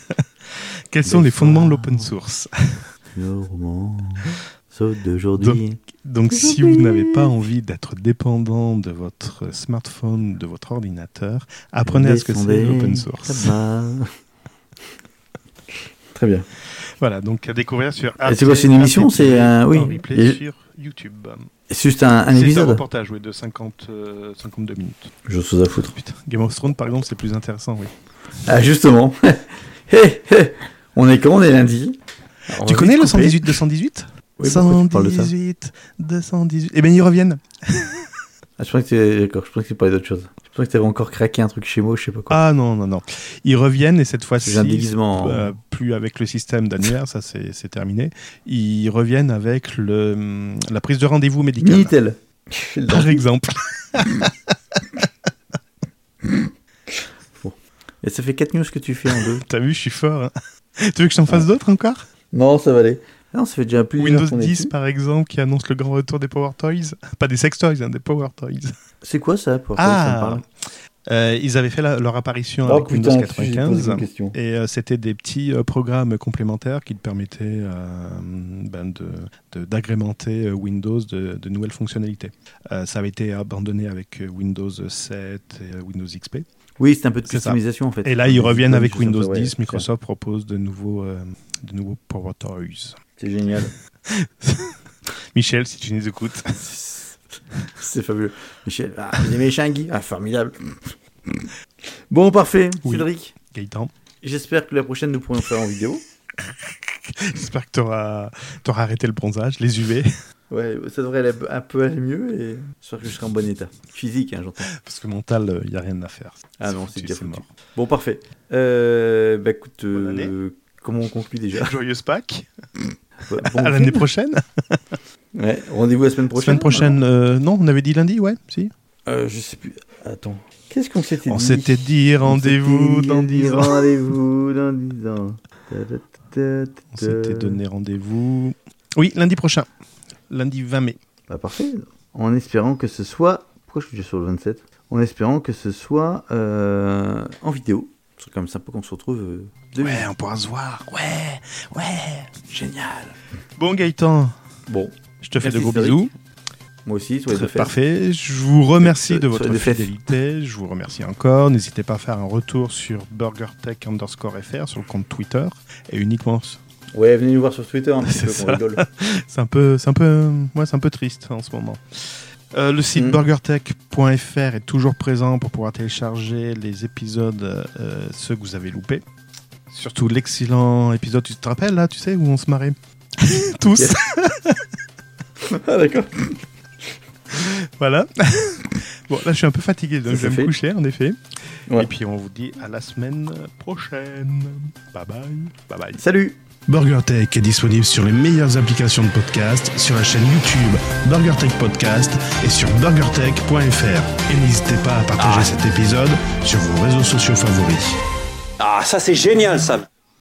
quels sont Des les fondements de fois. l'open source. Le roman saute d'aujourd'hui. Donc, si vous n'avez pas envie d'être dépendant de votre smartphone, de votre ordinateur, apprenez à ce que c'est Descendez l'open source. là-bas. Très bien. Voilà, donc à découvrir sur Et c'est quoi, c'est une émission, Arte T V, c'est un- oui. en replay Et- sur YouTube. C'est juste un, un C'est un épisode. reportage, oui, de cinquante, euh, cinquante-deux minutes. Je chose à foutre. Putain, Game of Thrones, par exemple, c'est plus intéressant, oui. Ah, justement. Hé, hé. On est quand? On est lundi. Alors, on Tu va connais vite le couper. cent dix-huit deux cent dix-huit Oui, pourquoi tu parles de ça? cent dix-huit deux cent dix-huit. Eh bien, ils reviennent. Ah, je pensais que tu d'accord, je pensais que tu parlais d'autre chose. Je pensais que tu avais encore craqué un truc chez moi, je sais pas quoi. Ah non, non, non. Ils reviennent et cette fois-ci, J'ai un déguisement. euh, plus avec le système d'annuaire, ça c'est c'est terminé. Ils reviennent avec le, la prise de rendez-vous médical. Minitel. Par exemple. Et ça fait quatre news que tu fais en deux. T'as vu, je suis fort. Hein. Tu veux que je t'en fasse d'autres encore? Non, ça va aller. Non, ça fait déjà plus Windows dix, par exemple, qui annonce le grand retour des Power Toys. Pas des Sex Toys, hein, des Power Toys. C'est quoi ça pour Ah euh, Ils avaient fait la, leur apparition oh, avec putain, Windows quatre-vingt-quinze. Et euh, c'était des petits euh, programmes complémentaires qui te permettaient euh, ben de, de, d'agrémenter Windows de, de nouvelles fonctionnalités. Euh, ça avait été abandonné avec Windows sept et Windows X P. Oui, c'est un peu de customisation en fait. Et là, ils reviennent avec Windows ça, ouais, dix. Microsoft ça. propose de nouveaux, euh, de nouveaux Power Toys. C'est génial. Michel, si tu nous écoutes. C'est fabuleux. Michel, ah, vous aimez les Shangui? Ah, formidable. Bon, parfait. Oui. Cédric. Gaëtan. J'espère que la prochaine, nous pourrons faire en vidéo. J'espère que tu auras arrêté le bronzage, les U V. Ouais, ça devrait aller un peu aller mieux et j'espère que je serai en bon état. Physique, hein, j'entends. Parce que mental, il n'y a rien à faire. Ah non, c'est déjà mort. Bon, parfait. Euh, bah écoute, euh, comment on conclut déjà? Joyeuse Pâques. Bon, à l'année prochaine. Ouais, rendez-vous la semaine prochaine. Semaine prochaine, euh, non, on avait dit lundi, ouais, si. Euh, je sais plus. Attends. Qu'est-ce qu'on s'était on dit? On s'était dit rendez-vous dans dix ans. Rendez-vous dans dix ans. On s'était donné rendez-vous. Oui, lundi prochain. Lundi vingt mai. Bah parfait. En espérant que ce soit... Pourquoi je suis déjà sur le vingt-sept? En espérant que ce soit euh, en vidéo. C'est quand même sympa qu'on se retrouve. Euh, ouais, on pourra se voir. Ouais, ouais, génial. Bon, Gaëtan. Bon. Je te fais Merci de gros Cédric. bisous. Moi aussi, soyez de Parfait. Je vous remercie so, de votre de fidélité. Je vous remercie encore. N'hésitez pas à faire un retour sur BurgerTech underscore F R sur le compte Twitter et uniquement. Ouais, venez nous voir sur Twitter un petit peu, ça. qu'on rigole. c'est un peu, c'est un peu, ouais, c'est un peu triste en ce moment. Euh, le site mm. burgertech point F R est toujours présent pour pouvoir télécharger les épisodes, euh, ceux que vous avez loupés. Surtout l'excellent épisode, tu te rappelles là, tu sais, où on se marrait tous. Ah d'accord. Voilà. Bon, là je suis un peu fatigué, donc ça je vais fait. me coucher en effet. Ouais. Et puis on vous dit à la semaine prochaine. Bye bye. Bye bye. Salut. BurgerTech est disponible sur les meilleures applications de podcast, sur la chaîne YouTube BurgerTech Podcast et sur burgertech point F R. Et n'hésitez pas à partager ah. cet épisode sur vos réseaux sociaux favoris. Ah, ça c'est génial ça!